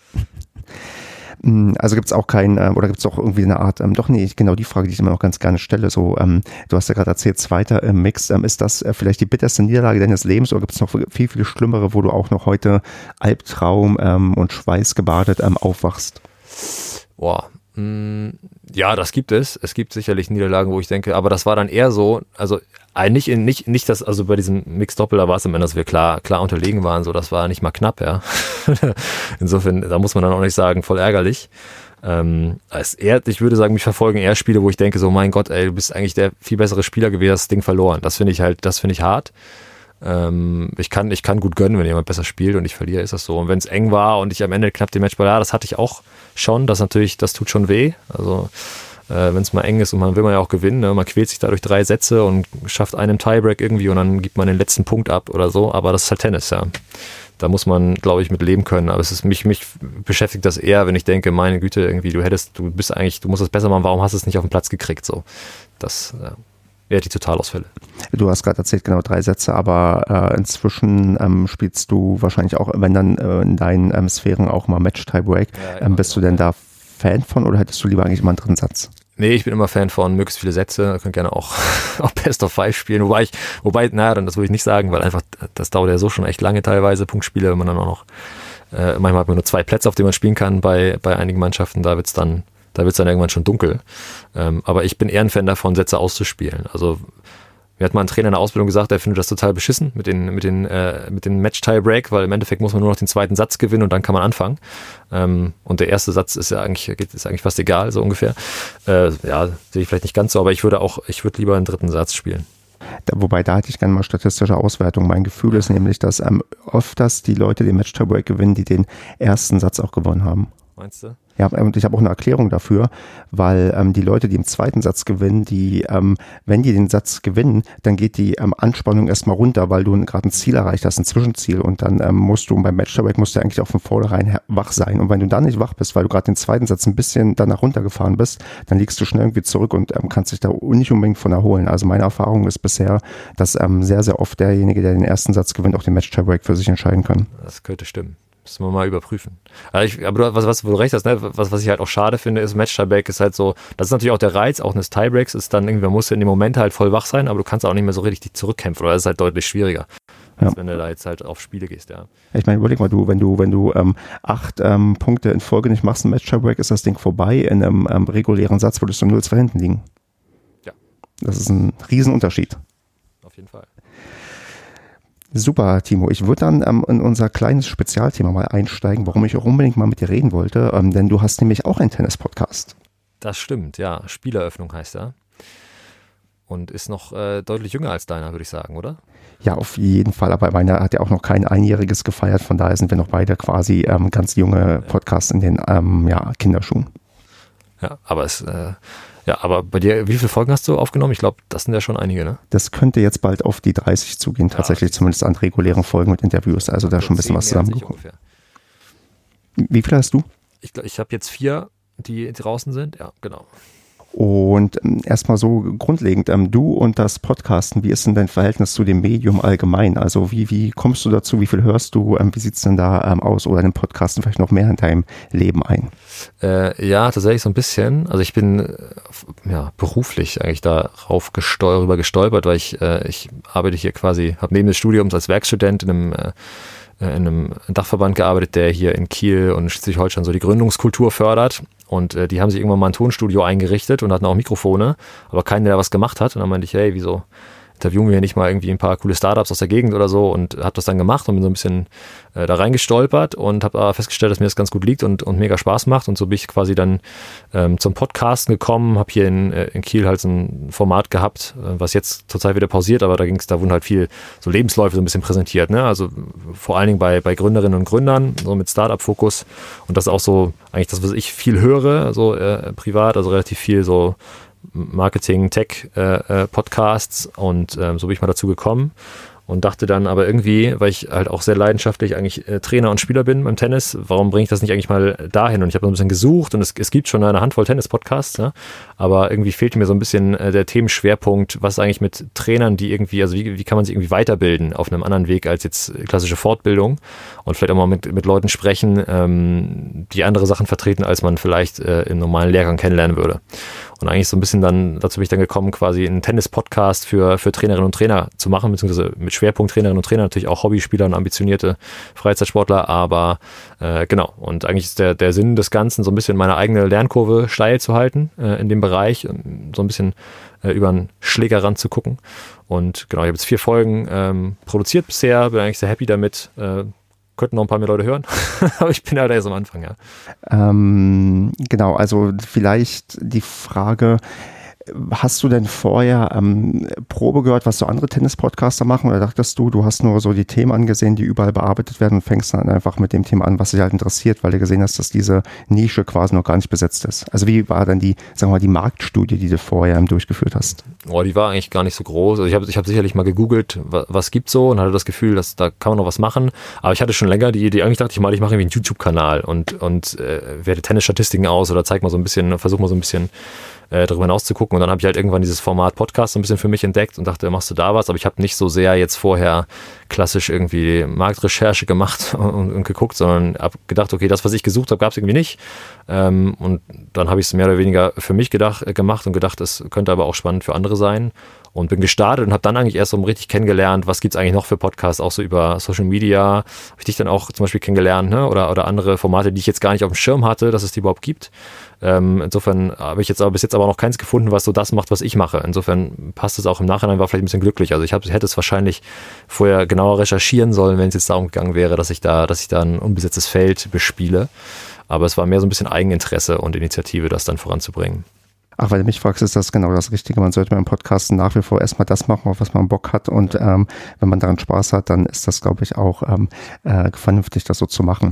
Also gibt es auch kein, ähm, oder gibt es auch irgendwie eine Art, ähm, doch nee, genau die Frage, die ich immer noch ganz gerne stelle, so, ähm, du hast ja gerade erzählt, zweiter im Mix, ähm, ist das äh, vielleicht die bitterste Niederlage deines Lebens oder gibt es noch viel, viel schlimmere, wo du auch noch heute Albtraum ähm, und Schweiß gebadet ähm, aufwachst? Boah, mh, ja, das gibt es. Es gibt sicherlich Niederlagen, wo ich denke, aber das war dann eher so, also nicht, in, nicht, nicht das, also bei diesem Mix-Doppel, da war es am Ende, dass wir klar, klar unterlegen waren, so, das war nicht mal knapp, ja. Insofern, da muss man dann auch nicht sagen, voll ärgerlich. Ähm, als eher, ich würde sagen, mich verfolgen eher Spiele, wo ich denke, so, mein Gott, ey, du bist eigentlich der viel bessere Spieler gewesen, hast das Ding verloren. Das finde ich halt, das finde ich hart. Ähm, ich kann, ich kann gut gönnen, wenn jemand besser spielt und ich verliere, ist das so. Und wenn es eng war und ich am Ende knapp den Matchball, ja, das hatte ich auch schon, das natürlich, das tut schon weh. Also, Äh, wenn es mal eng ist und man will man ja auch gewinnen, ne? Man quält sich dadurch drei Sätze und schafft einen Tiebreak irgendwie und dann gibt man den letzten Punkt ab oder so, aber das ist halt Tennis, ja. Da muss man, glaube ich, mit leben können, aber es ist mich, mich beschäftigt das eher, wenn ich denke, meine Güte, irgendwie, du hättest, du bist eigentlich, du musst es besser machen, warum hast du es nicht auf den Platz gekriegt, so. Das ja, wäre die Totalausfälle. Du hast gerade erzählt, genau drei Sätze, aber äh, inzwischen ähm, spielst du wahrscheinlich auch, wenn dann äh, in deinen ähm, Sphären auch mal Match-Tiebreak, ja, ja, ähm, bist ja, du denn ja. da Fan von oder hättest du lieber eigentlich immer einen dritten Satz? Nee, ich bin immer Fan von möglichst viele Sätze. Ich kann gerne auch, auch Best of Five spielen. Wobei ich, wobei, naja, dann das würde ich nicht sagen, weil einfach, das dauert ja so schon echt lange teilweise, Punktspiele, wenn man dann auch noch, äh, manchmal hat man nur zwei Plätze, auf denen man spielen kann bei, bei einigen Mannschaften, da wird's dann, da wird's dann irgendwann schon dunkel. Ähm, aber ich bin eher ein Fan davon, Sätze auszuspielen. Also, mir hat mal ein Trainer in der Ausbildung gesagt, er findet das total beschissen mit den, mit den, äh, mit den Match-Tie-Break, weil im Endeffekt muss man nur noch den zweiten Satz gewinnen und dann kann man anfangen. Ähm, und der erste Satz ist ja eigentlich, ist eigentlich fast egal, so ungefähr. Äh, ja, sehe ich vielleicht nicht ganz so, aber ich würde auch, ich würde lieber einen dritten Satz spielen. Da, wobei, da hätte ich gerne mal statistische Auswertung. Mein Gefühl ist nämlich, dass ähm, öfters die Leute den Match-Tie-Break gewinnen, die den ersten Satz auch gewonnen haben. Meinst du? Ja, und ich habe auch eine Erklärung dafür, weil ähm, die Leute, die im zweiten Satz gewinnen, die, ähm, wenn die den Satz gewinnen, dann geht die ähm, Anspannung erstmal runter, weil du gerade ein Ziel erreicht hast, ein Zwischenziel, und dann ähm, musst du beim Match-Tie-Break musst du eigentlich auch von vornherein wach sein, und wenn du dann nicht wach bist, weil du gerade den zweiten Satz ein bisschen danach runtergefahren bist, dann liegst du schnell irgendwie zurück und ähm, kannst dich da nicht unbedingt von erholen. Also meine Erfahrung ist bisher, dass ähm, sehr, sehr oft derjenige, der den ersten Satz gewinnt, auch den Match-Tie-Break für sich entscheiden kann. Das könnte stimmen. Müssen wir mal überprüfen. Aber, ich, aber du, was, was, wo du recht hast, ne? was, was ich halt auch schade finde, ist, Match-Tiebreak ist halt so, das ist natürlich auch der Reiz, auch eines Tiebreaks ist dann irgendwie, man muss in dem Moment halt voll wach sein, aber du kannst auch nicht mehr so richtig zurückkämpfen, oder das ist halt deutlich schwieriger, als ja. wenn du da jetzt halt auf Spiele gehst, ja. Ich meine, überleg mal, du, wenn du, wenn du ähm, acht ähm, Punkte in Folge nicht machst, ein Match-Tiebreak, ist das Ding vorbei. In einem ähm, regulären Satz würdest du null zwei hinten liegen. Ja. Das ist ein Riesenunterschied. Auf jeden Fall. Super, Timo. Ich würde dann ähm, in unser kleines Spezialthema mal einsteigen, warum ich auch unbedingt mal mit dir reden wollte, ähm, denn du hast nämlich auch einen Tennis-Podcast. Das stimmt, ja. Spieleröffnung heißt er. Und ist noch äh, deutlich jünger als deiner, würde ich sagen, oder? Ja, auf jeden Fall, aber meiner hat ja auch noch kein Einjähriges gefeiert, von daher sind wir noch beide quasi ähm, ganz junge Podcasts in den ähm, ja, Kinderschuhen. Ja, aber es... Äh Ja, aber bei dir, wie viele Folgen hast du aufgenommen? Ich glaube, das sind ja schon einige, ne? Das könnte jetzt bald auf die dreißig zugehen, tatsächlich, ja, zumindest an regulären Folgen mit Interviews. Also da schon ein bisschen was zusammengekommen. Wie viele hast du? Ich, ich habe jetzt vier, die draußen sind. Ja, genau. Und ähm, erstmal so grundlegend, ähm, du und das Podcasten, wie ist denn dein Verhältnis zu dem Medium allgemein? Also wie, wie kommst du dazu, wie viel hörst du, ähm, wie sieht es denn da ähm, aus, oder den Podcasten vielleicht noch mehr in deinem Leben ein? Äh, ja, tatsächlich so ein bisschen. Also ich bin äh, ja, beruflich eigentlich darauf gestol- rüber gestolpert, weil ich, äh, ich arbeite hier quasi, habe neben des Studiums als Werkstudent in einem äh, in einem Dachverband gearbeitet, der hier in Kiel und Schleswig-Holstein so die Gründungskultur fördert. Und äh, die haben sich irgendwann mal ein Tonstudio eingerichtet und hatten auch Mikrofone, aber keiner, der was gemacht hat. Und dann meinte ich, hey, wieso interviewen wir hier nicht mal irgendwie ein paar coole Startups aus der Gegend oder so, und habe das dann gemacht und bin so ein bisschen äh, da reingestolpert und habe aber festgestellt, dass mir das ganz gut liegt und, und mega Spaß macht, und so bin ich quasi dann ähm, zum Podcasten gekommen, habe hier in, äh, in Kiel halt so ein Format gehabt, äh, was jetzt zurzeit wieder pausiert, aber da ging es, da wurden halt viel so Lebensläufe so ein bisschen präsentiert, ne? Also vor allen Dingen bei, bei Gründerinnen und Gründern, so mit Startup-Fokus, und das ist auch so eigentlich das, was ich viel höre, so äh, privat, also relativ viel so Marketing, Tech äh, äh, Podcasts, und ähm, so bin ich mal dazu gekommen und dachte dann aber irgendwie, weil ich halt auch sehr leidenschaftlich eigentlich äh, Trainer und Spieler bin beim Tennis, warum bringe ich das nicht eigentlich mal dahin? Und ich habe so ein bisschen gesucht, und es, es gibt schon eine Handvoll Tennis-Podcasts, ja, aber irgendwie fehlte mir so ein bisschen äh, der Themenschwerpunkt, was eigentlich mit Trainern, die irgendwie, also wie, wie kann man sich irgendwie weiterbilden auf einem anderen Weg als jetzt klassische Fortbildung, und vielleicht auch mal mit, mit Leuten sprechen, ähm, die andere Sachen vertreten, als man vielleicht äh, im normalen Lehrgang kennenlernen würde. Und eigentlich so ein bisschen dann, dazu bin ich dann gekommen, quasi einen Tennis-Podcast für, für Trainerinnen und Trainer zu machen, beziehungsweise mit Schwerpunkt Trainerinnen und Trainer, natürlich auch Hobbyspieler und ambitionierte Freizeitsportler, aber äh, genau. Und eigentlich ist der, der Sinn des Ganzen, so ein bisschen meine eigene Lernkurve steil zu halten äh, in dem Bereich, so ein bisschen äh, über einen Schlägerrand zu gucken. Und genau, ich habe jetzt vier Folgen ähm, produziert bisher, bin eigentlich sehr happy damit. Äh, könnten noch ein paar mehr Leute hören, aber ich bin halt erst am Anfang, ja. Ähm, genau, also vielleicht die Frage, hast du denn vorher ähm, Probe gehört, was so andere Tennis-Podcaster machen, oder dachtest du, du hast nur so die Themen angesehen, die überall bearbeitet werden, und fängst dann einfach mit dem Thema an, was dich halt interessiert, weil du gesehen hast, dass diese Nische quasi noch gar nicht besetzt ist? Also wie war dann die, sagen wir mal, die Marktstudie, die du vorher durchgeführt hast? Oh, die war eigentlich gar nicht so groß. Also ich habe ich hab sicherlich mal gegoogelt, was, was gibt's so, und hatte das Gefühl, dass da kann man noch was machen. Aber ich hatte schon länger die Idee, eigentlich dachte ich mal, ich mache irgendwie einen YouTube-Kanal und, und äh, werte Tennisstatistiken aus oder zeig mal so ein bisschen, versuche mal so ein bisschen äh, darüber hinaus zu gucken. Und dann habe ich halt irgendwann dieses Format Podcast so ein bisschen für mich entdeckt und dachte, machst du da was? Aber ich habe nicht so sehr jetzt vorher klassisch irgendwie Marktrecherche gemacht und, und geguckt, sondern habe gedacht, okay, das, was ich gesucht habe, gab es irgendwie nicht. Ähm, und dann habe ich es mehr oder weniger für mich gedacht, äh, gemacht und gedacht, es könnte aber auch spannend für andere sein. Und bin gestartet und habe dann eigentlich erst so richtig kennengelernt, was gibt es eigentlich noch für Podcasts, auch so über Social Media. Habe ich dich dann auch zum Beispiel kennengelernt, ne? oder, oder andere Formate, die ich jetzt gar nicht auf dem Schirm hatte, dass es die überhaupt gibt. Ähm, insofern habe ich jetzt aber bis jetzt aber noch keins gefunden, was so das macht, was ich mache. Insofern passt es auch im Nachhinein, war vielleicht ein bisschen glücklich. Also ich hab, hätte es wahrscheinlich vorher genauer recherchieren sollen, wenn es jetzt darum gegangen wäre, dass ich da, dass ich da ein unbesetztes Feld bespiele. Aber es war mehr so ein bisschen Eigeninteresse und Initiative, das dann voranzubringen. Ach, weil du mich fragst, ist das genau das Richtige. Man sollte beim Podcasten nach wie vor erstmal das machen, auf was man Bock hat. Und ähm, wenn man daran Spaß hat, dann ist das, glaube ich, auch ähm, äh, vernünftig, das so zu machen.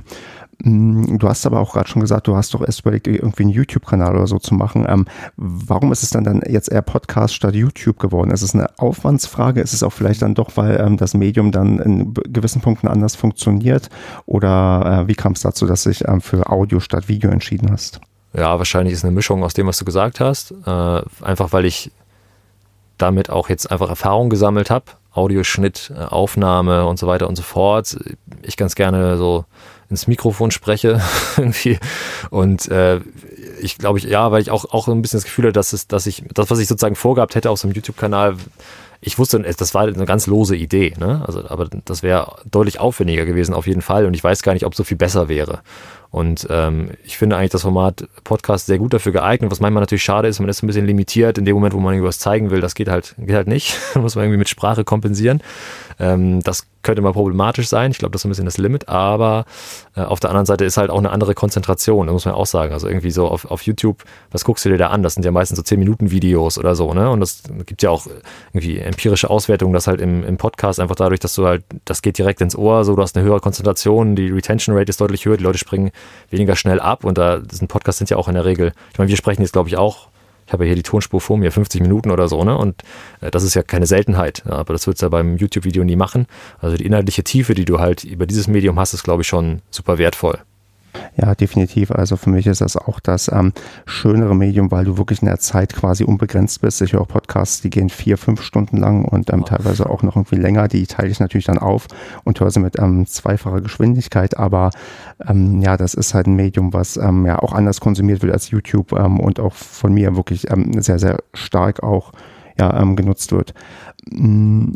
Du hast aber auch gerade schon gesagt, du hast doch erst überlegt, irgendwie einen YouTube-Kanal oder so zu machen. Ähm, warum ist es dann, dann jetzt eher Podcast statt YouTube geworden? Ist es eine Aufwandsfrage? Ist es auch vielleicht dann doch, weil ähm, das Medium dann in gewissen Punkten anders funktioniert? Oder äh, wie kam es dazu, dass du dich ähm, für Audio statt Video entschieden hast? Ja, wahrscheinlich ist eine Mischung aus dem, was du gesagt hast. Äh, einfach, weil ich damit auch jetzt einfach Erfahrung gesammelt habe. Audioschnitt, Aufnahme und so weiter und so fort. Ich ganz gerne so ins Mikrofon spreche irgendwie. Und äh, ich glaube, ich, ja, weil ich auch, auch ein bisschen das Gefühl hatte, dass, es, dass ich das, was ich sozusagen vorgehabt hätte auf so einem YouTube-Kanal, ich wusste, das war eine ganz lose Idee, ne? Also, aber das wäre deutlich aufwendiger gewesen auf jeden Fall und ich weiß gar nicht, ob es so viel besser wäre. Und ähm, ich finde eigentlich das Format Podcast sehr gut dafür geeignet. Was manchmal natürlich schade ist, man ist ein bisschen limitiert in dem Moment, wo man irgendwas zeigen will. Das geht halt, geht halt nicht. Muss man irgendwie mit Sprache kompensieren. Ähm, das könnte mal problematisch sein. Ich glaube, das ist ein bisschen das Limit. Aber äh, auf der anderen Seite ist halt auch eine andere Konzentration. Das muss man auch sagen. Also irgendwie so auf, auf YouTube, was guckst du dir da an? Das sind ja meistens so zehn Minuten Videos oder so, ne? Und das gibt ja auch irgendwie empirische Auswertungen, dass halt im, im Podcast einfach dadurch, dass du halt, das geht direkt ins Ohr, so du hast eine höhere Konzentration, die Retention Rate ist deutlich höher, die Leute springen weniger schnell ab und da diesen Podcasts sind ja auch in der Regel, ich meine, wir sprechen jetzt glaube ich auch, ich habe ja hier die Tonspur vor mir, fünfzig Minuten oder so, ne? Und äh, das ist ja keine Seltenheit, ja, aber das wird es ja beim YouTube-Video nie machen. Also die inhaltliche Tiefe, die du halt über dieses Medium hast, ist glaube ich schon super wertvoll. Ja, definitiv. Also für mich ist das auch das ähm, schönere Medium, weil du wirklich in der Zeit quasi unbegrenzt bist. Ich höre auch Podcasts, die gehen vier, fünf Stunden lang und ähm, teilweise auch noch irgendwie länger. Die teile ich natürlich dann auf und höre sie mit ähm, zweifacher Geschwindigkeit. Aber ähm, ja, das ist halt ein Medium, was ähm, ja auch anders konsumiert wird als YouTube ähm, und auch von mir wirklich ähm, sehr, sehr stark auch ja, ähm, genutzt wird. Mm.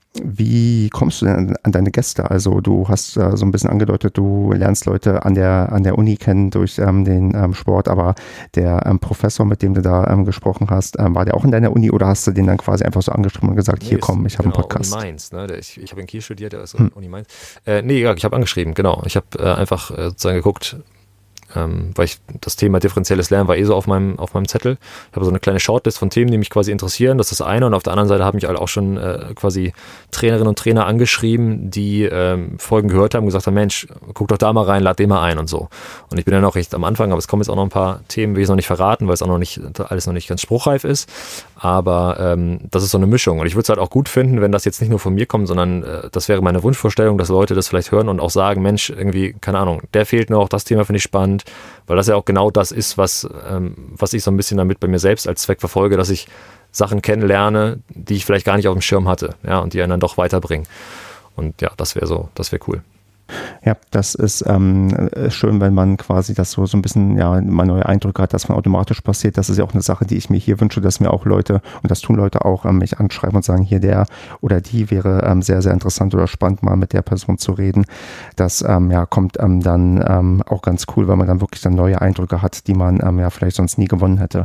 Wie kommst du denn an deine Gäste? Also du hast äh, so ein bisschen angedeutet, du lernst Leute an der an der Uni kennen durch ähm, den ähm, Sport, aber der ähm, Professor, mit dem du da ähm, gesprochen hast, ähm, war der auch in deiner Uni oder hast du den dann quasi einfach so angeschrieben und gesagt, nee, hier komm, ich habe genau, einen Podcast? Uni Mainz, ne? Ich, ich habe in Kiel studiert, der ist hm. Uni Mainz. Äh, nee, ja, ich habe angeschrieben, genau. Ich habe äh, einfach äh, sozusagen geguckt, Ähm, weil ich das Thema differenzielles Lernen war eh so auf meinem, auf meinem Zettel. Ich habe so eine kleine Shortlist von Themen, die mich quasi interessieren. Das ist das eine. Und auf der anderen Seite haben mich halt auch schon äh, quasi Trainerinnen und Trainer angeschrieben, die ähm, Folgen gehört haben und gesagt haben, Mensch, guck doch da mal rein, lad den mal ein und so. Und ich bin ja noch recht am Anfang, aber es kommen jetzt auch noch ein paar Themen, will ich noch nicht verraten, weil es auch noch nicht, alles noch nicht ganz spruchreif ist. Aber ähm, das ist so eine Mischung. Und ich würde es halt auch gut finden, wenn das jetzt nicht nur von mir kommt, sondern äh, das wäre meine Wunschvorstellung, dass Leute das vielleicht hören und auch sagen, Mensch, irgendwie, keine Ahnung, der fehlt noch, das Thema finde ich spannend. Weil das ja auch genau das ist, was, ähm, was ich so ein bisschen damit bei mir selbst als Zweck verfolge, dass ich Sachen kennenlerne, die ich vielleicht gar nicht auf dem Schirm hatte, ja, und die einen dann doch weiterbringen. Und ja, das wäre so, das wäre cool. Ja, das ist ähm, schön, wenn man quasi das so, so ein bisschen, ja, mal neue Eindrücke hat, dass man automatisch passiert. Das ist ja auch eine Sache, die ich mir hier wünsche, dass mir auch Leute, und das tun Leute auch, ähm, mich anschreiben und sagen, hier der oder die wäre ähm, sehr, sehr interessant oder spannend, mal mit der Person zu reden. Das ähm, ja, kommt ähm, dann ähm, auch ganz cool, weil man dann wirklich dann neue Eindrücke hat, die man ähm, ja vielleicht sonst nie gewonnen hätte.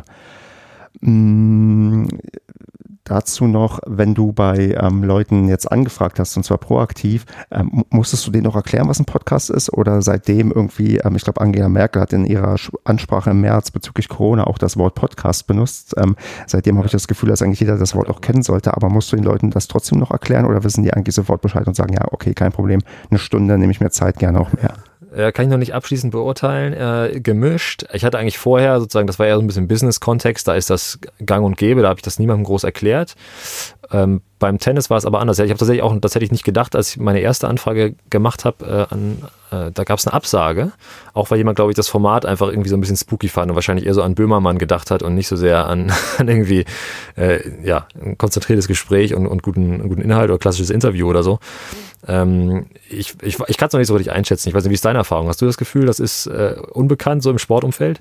Mm, Dazu noch, wenn du bei ähm, Leuten jetzt angefragt hast, und zwar proaktiv, ähm, musstest du denen noch erklären, was ein Podcast ist? Oder seitdem irgendwie, ähm, ich glaube, Angela Merkel hat in ihrer Ansprache im März bezüglich Corona auch das Wort Podcast benutzt. Ähm, seitdem habe ich das Gefühl, dass eigentlich jeder das Wort auch kennen sollte. Aber musst du den Leuten das trotzdem noch erklären oder wissen die eigentlich sofort Bescheid und sagen, ja, okay, kein Problem, eine Stunde nehme ich mir Zeit, gerne auch mehr? äh, kann ich noch nicht abschließend beurteilen, äh, gemischt. Ich hatte eigentlich vorher sozusagen, das war eher so ein bisschen Business-Kontext, da ist das gang und gäbe, da habe ich das niemandem groß erklärt. Ähm, beim Tennis war es aber anders. Ich habe tatsächlich auch, das hätte ich nicht gedacht, als ich meine erste Anfrage gemacht habe, äh, an, äh, da gab es eine Absage, auch weil jemand, glaube ich, das Format einfach irgendwie so ein bisschen spooky fand und wahrscheinlich eher so an Böhmermann gedacht hat und nicht so sehr an, an irgendwie äh, ja, ein konzentriertes Gespräch und, und guten, guten Inhalt oder klassisches Interview oder so. Ähm, ich ich, ich kann es noch nicht so richtig einschätzen. Ich weiß nicht, wie ist deine Erfahrung? Hast du das Gefühl, das ist äh, unbekannt so im Sportumfeld?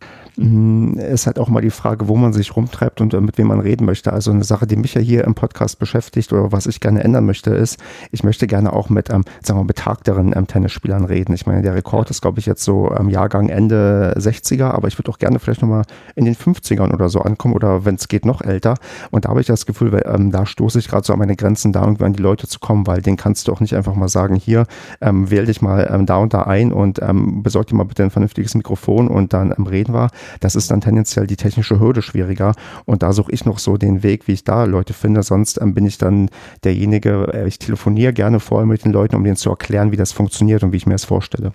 Ist halt auch mal die Frage, wo man sich rumtreibt und mit wem man reden möchte. Also eine Sache, die mich ja hier im Podcast beschäftigt oder was ich gerne ändern möchte, ist, ich möchte gerne auch mit, ähm, sagen wir mal, betagteren ähm, Tennisspielern reden. Ich meine, der Rekord ist, glaube ich, jetzt so am ähm, Jahrgang Ende sechziger, aber ich würde auch gerne vielleicht nochmal in den fünfzigern oder so ankommen oder wenn es geht, noch älter. Und da habe ich das Gefühl, weil ähm, da stoße ich gerade so an meine Grenzen, da irgendwie an die Leute zu kommen, weil denen kannst du auch nicht einfach mal sagen, hier, ähm, wähl dich mal ähm, da und da ein und ähm, besorg dir mal bitte ein vernünftiges Mikrofon und dann ähm, reden wir. Das ist dann tendenziell die technische Hürde schwieriger und da suche ich noch so den Weg, wie ich da Leute finde, sonst ähm, bin ich dann derjenige, äh, ich telefoniere gerne vorher mit den Leuten, um denen zu erklären, wie das funktioniert und wie ich mir das vorstelle.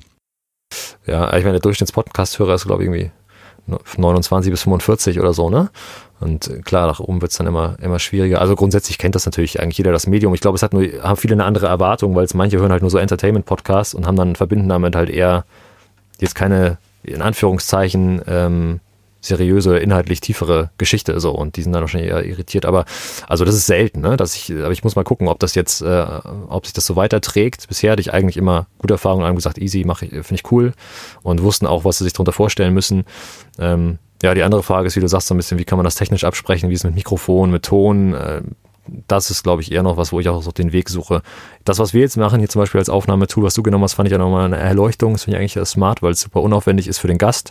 Ja, ich meine, der Durchschnitts-Podcast-Hörer ist, glaube ich, irgendwie neunundzwanzig bis fünfundvierzig oder so, ne? Und klar, nach oben wird es dann immer, immer schwieriger. Also grundsätzlich kennt das natürlich eigentlich jeder, das Medium. Ich glaube, es hat nur, haben viele eine andere Erwartung, weil es manche hören halt nur so Entertainment-Podcasts und haben dann verbinden damit halt eher jetzt keine, in Anführungszeichen, ähm, seriöse, inhaltlich tiefere Geschichte so und die sind dann wahrscheinlich eher irritiert, aber also das ist selten, ne? Dass ich, aber ich muss mal gucken, ob das jetzt, äh, ob sich das so weiterträgt. Bisher hatte ich eigentlich immer gute Erfahrungen, haben gesagt, easy, mache ich, finde ich cool und wussten auch, was sie sich darunter vorstellen müssen. Ähm, ja, die andere Frage ist, wie du sagst, so ein bisschen, wie kann man das technisch absprechen, wie ist es mit Mikrofon, mit Ton, äh, das ist, glaube ich, eher noch was, wo ich auch so den Weg suche. Das, was wir jetzt machen, hier zum Beispiel als Aufnahmetool, was du genommen hast, fand ich ja nochmal eine Erleuchtung, das finde ich eigentlich smart, weil es super unaufwendig ist für den Gast.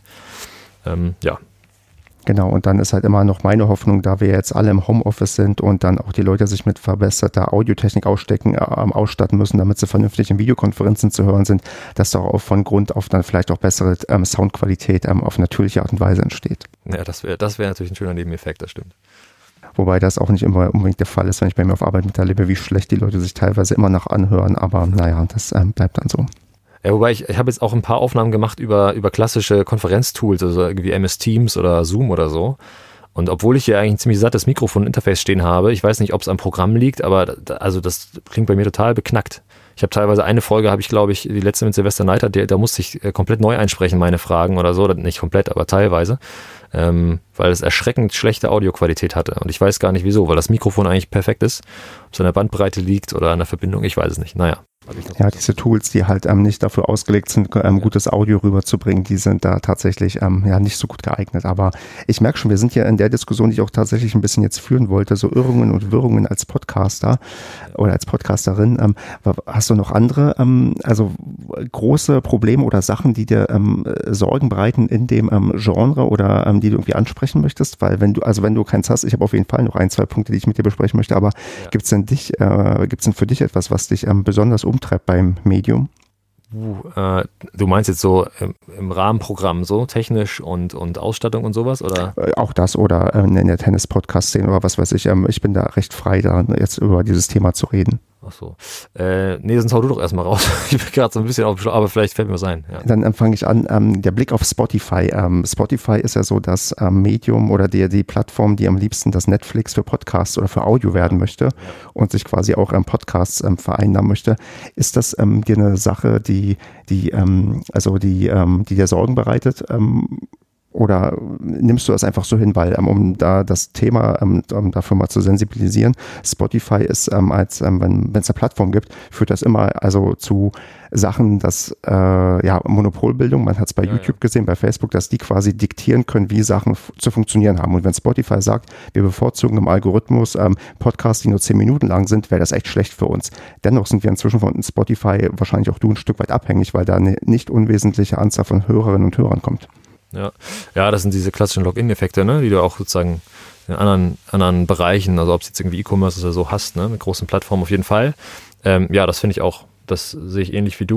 Ähm, ja. Genau, und dann ist halt immer noch meine Hoffnung, da wir jetzt alle im Homeoffice sind und dann auch die Leute sich mit verbesserter Audiotechnik ausstecken, äh, ausstatten müssen, damit sie vernünftig in Videokonferenzen zu hören sind, dass da auch von Grund auf dann vielleicht auch bessere ähm, Soundqualität ähm, auf natürliche Art und Weise entsteht. Ja, das wäre das wäre natürlich ein schöner Nebeneffekt, das stimmt. Wobei das auch nicht immer unbedingt der Fall ist, wenn ich bei mir auf Arbeit miterlebe, wie schlecht die Leute sich teilweise immer noch anhören, aber naja, das ähm, bleibt dann so. Ja, wobei ich, ich habe jetzt auch ein paar Aufnahmen gemacht über, über klassische Konferenztools, also irgendwie M S Teams oder Zoom oder so. Und obwohl ich hier eigentlich ein ziemlich sattes Mikrofon-Interface stehen habe, ich weiß nicht, ob es am Programm liegt, aber da, also das klingt bei mir total beknackt. Ich habe teilweise eine Folge, habe ich glaube ich, die letzte mit Silvester Neiter, der, da musste ich komplett neu einsprechen, meine Fragen oder so. Nicht komplett, aber teilweise. Ähm, weil es erschreckend schlechte Audioqualität hatte. Und ich weiß gar nicht wieso, weil das Mikrofon eigentlich perfekt ist. Ob es an der Bandbreite liegt oder an der Verbindung, ich weiß es nicht. Naja. Ja, diese Tools, die halt ähm, nicht dafür ausgelegt sind, ähm, gutes Audio rüberzubringen, die sind da tatsächlich ähm, ja nicht so gut geeignet. Aber ich merke schon, wir sind ja in der Diskussion, die ich auch tatsächlich ein bisschen jetzt führen wollte, so Irrungen und Wirrungen als Podcaster oder als Podcasterin. Ähm, hast du noch andere, ähm, also große Probleme oder Sachen, die dir ähm, Sorgen bereiten in dem ähm, Genre oder ähm, die du irgendwie ansprechen möchtest? Weil wenn du, also wenn du keins hast, ich habe auf jeden Fall noch ein, zwei Punkte, die ich mit dir besprechen möchte, aber ja. Gibt's denn dich, äh, gibt's denn für dich etwas, was dich ähm, besonders umtreibt beim Medium? Uh, äh, du meinst jetzt so im, im Rahmenprogramm so technisch und, und Ausstattung und sowas, oder? Äh, auch das oder äh, in der Tennis-Podcast-Szene oder was weiß ich. Ähm, ich bin da recht frei, da jetzt über dieses Thema zu reden. Ach so. Äh, nee, sonst hau du doch erstmal raus. Ich bin gerade so ein bisschen auf, aber vielleicht fällt mir was ein. Ja. Dann ähm, fange ich an. Ähm, der Blick auf Spotify. Ähm, Spotify ist ja so das ähm, Medium oder die, die Plattform, die am liebsten das Netflix für Podcasts oder für Audio werden möchte und sich quasi auch ähm, Podcasts ähm, vereinnahmen möchte. Ist das ähm, dir eine Sache, die, die, ähm, also die, ähm, die dir Sorgen bereitet? Ähm, Oder nimmst du das einfach so hin, weil ähm, um da das Thema ähm, um dafür mal zu sensibilisieren, Spotify ist ähm, als ähm, wenn es eine Plattform gibt, führt das immer also zu Sachen, dass äh, ja Monopolbildung, man hat es bei ja, YouTube ja. gesehen, bei Facebook, dass die quasi diktieren können, wie Sachen f- zu funktionieren haben. Und wenn Spotify sagt, wir bevorzugen im Algorithmus ähm, Podcasts, die nur zehn Minuten lang sind, wäre das echt schlecht für uns. Dennoch sind wir inzwischen von Spotify, wahrscheinlich auch du, ein Stück weit abhängig, weil da eine nicht unwesentliche Anzahl von Hörerinnen und Hörern kommt. Ja. ja, das sind diese klassischen Login-Effekte, ne, die du auch sozusagen in anderen, anderen Bereichen, also ob es jetzt irgendwie E-Commerce oder so hast, ne, mit großen Plattformen auf jeden Fall. Ähm, ja, das finde ich auch, das sehe ich ähnlich wie du.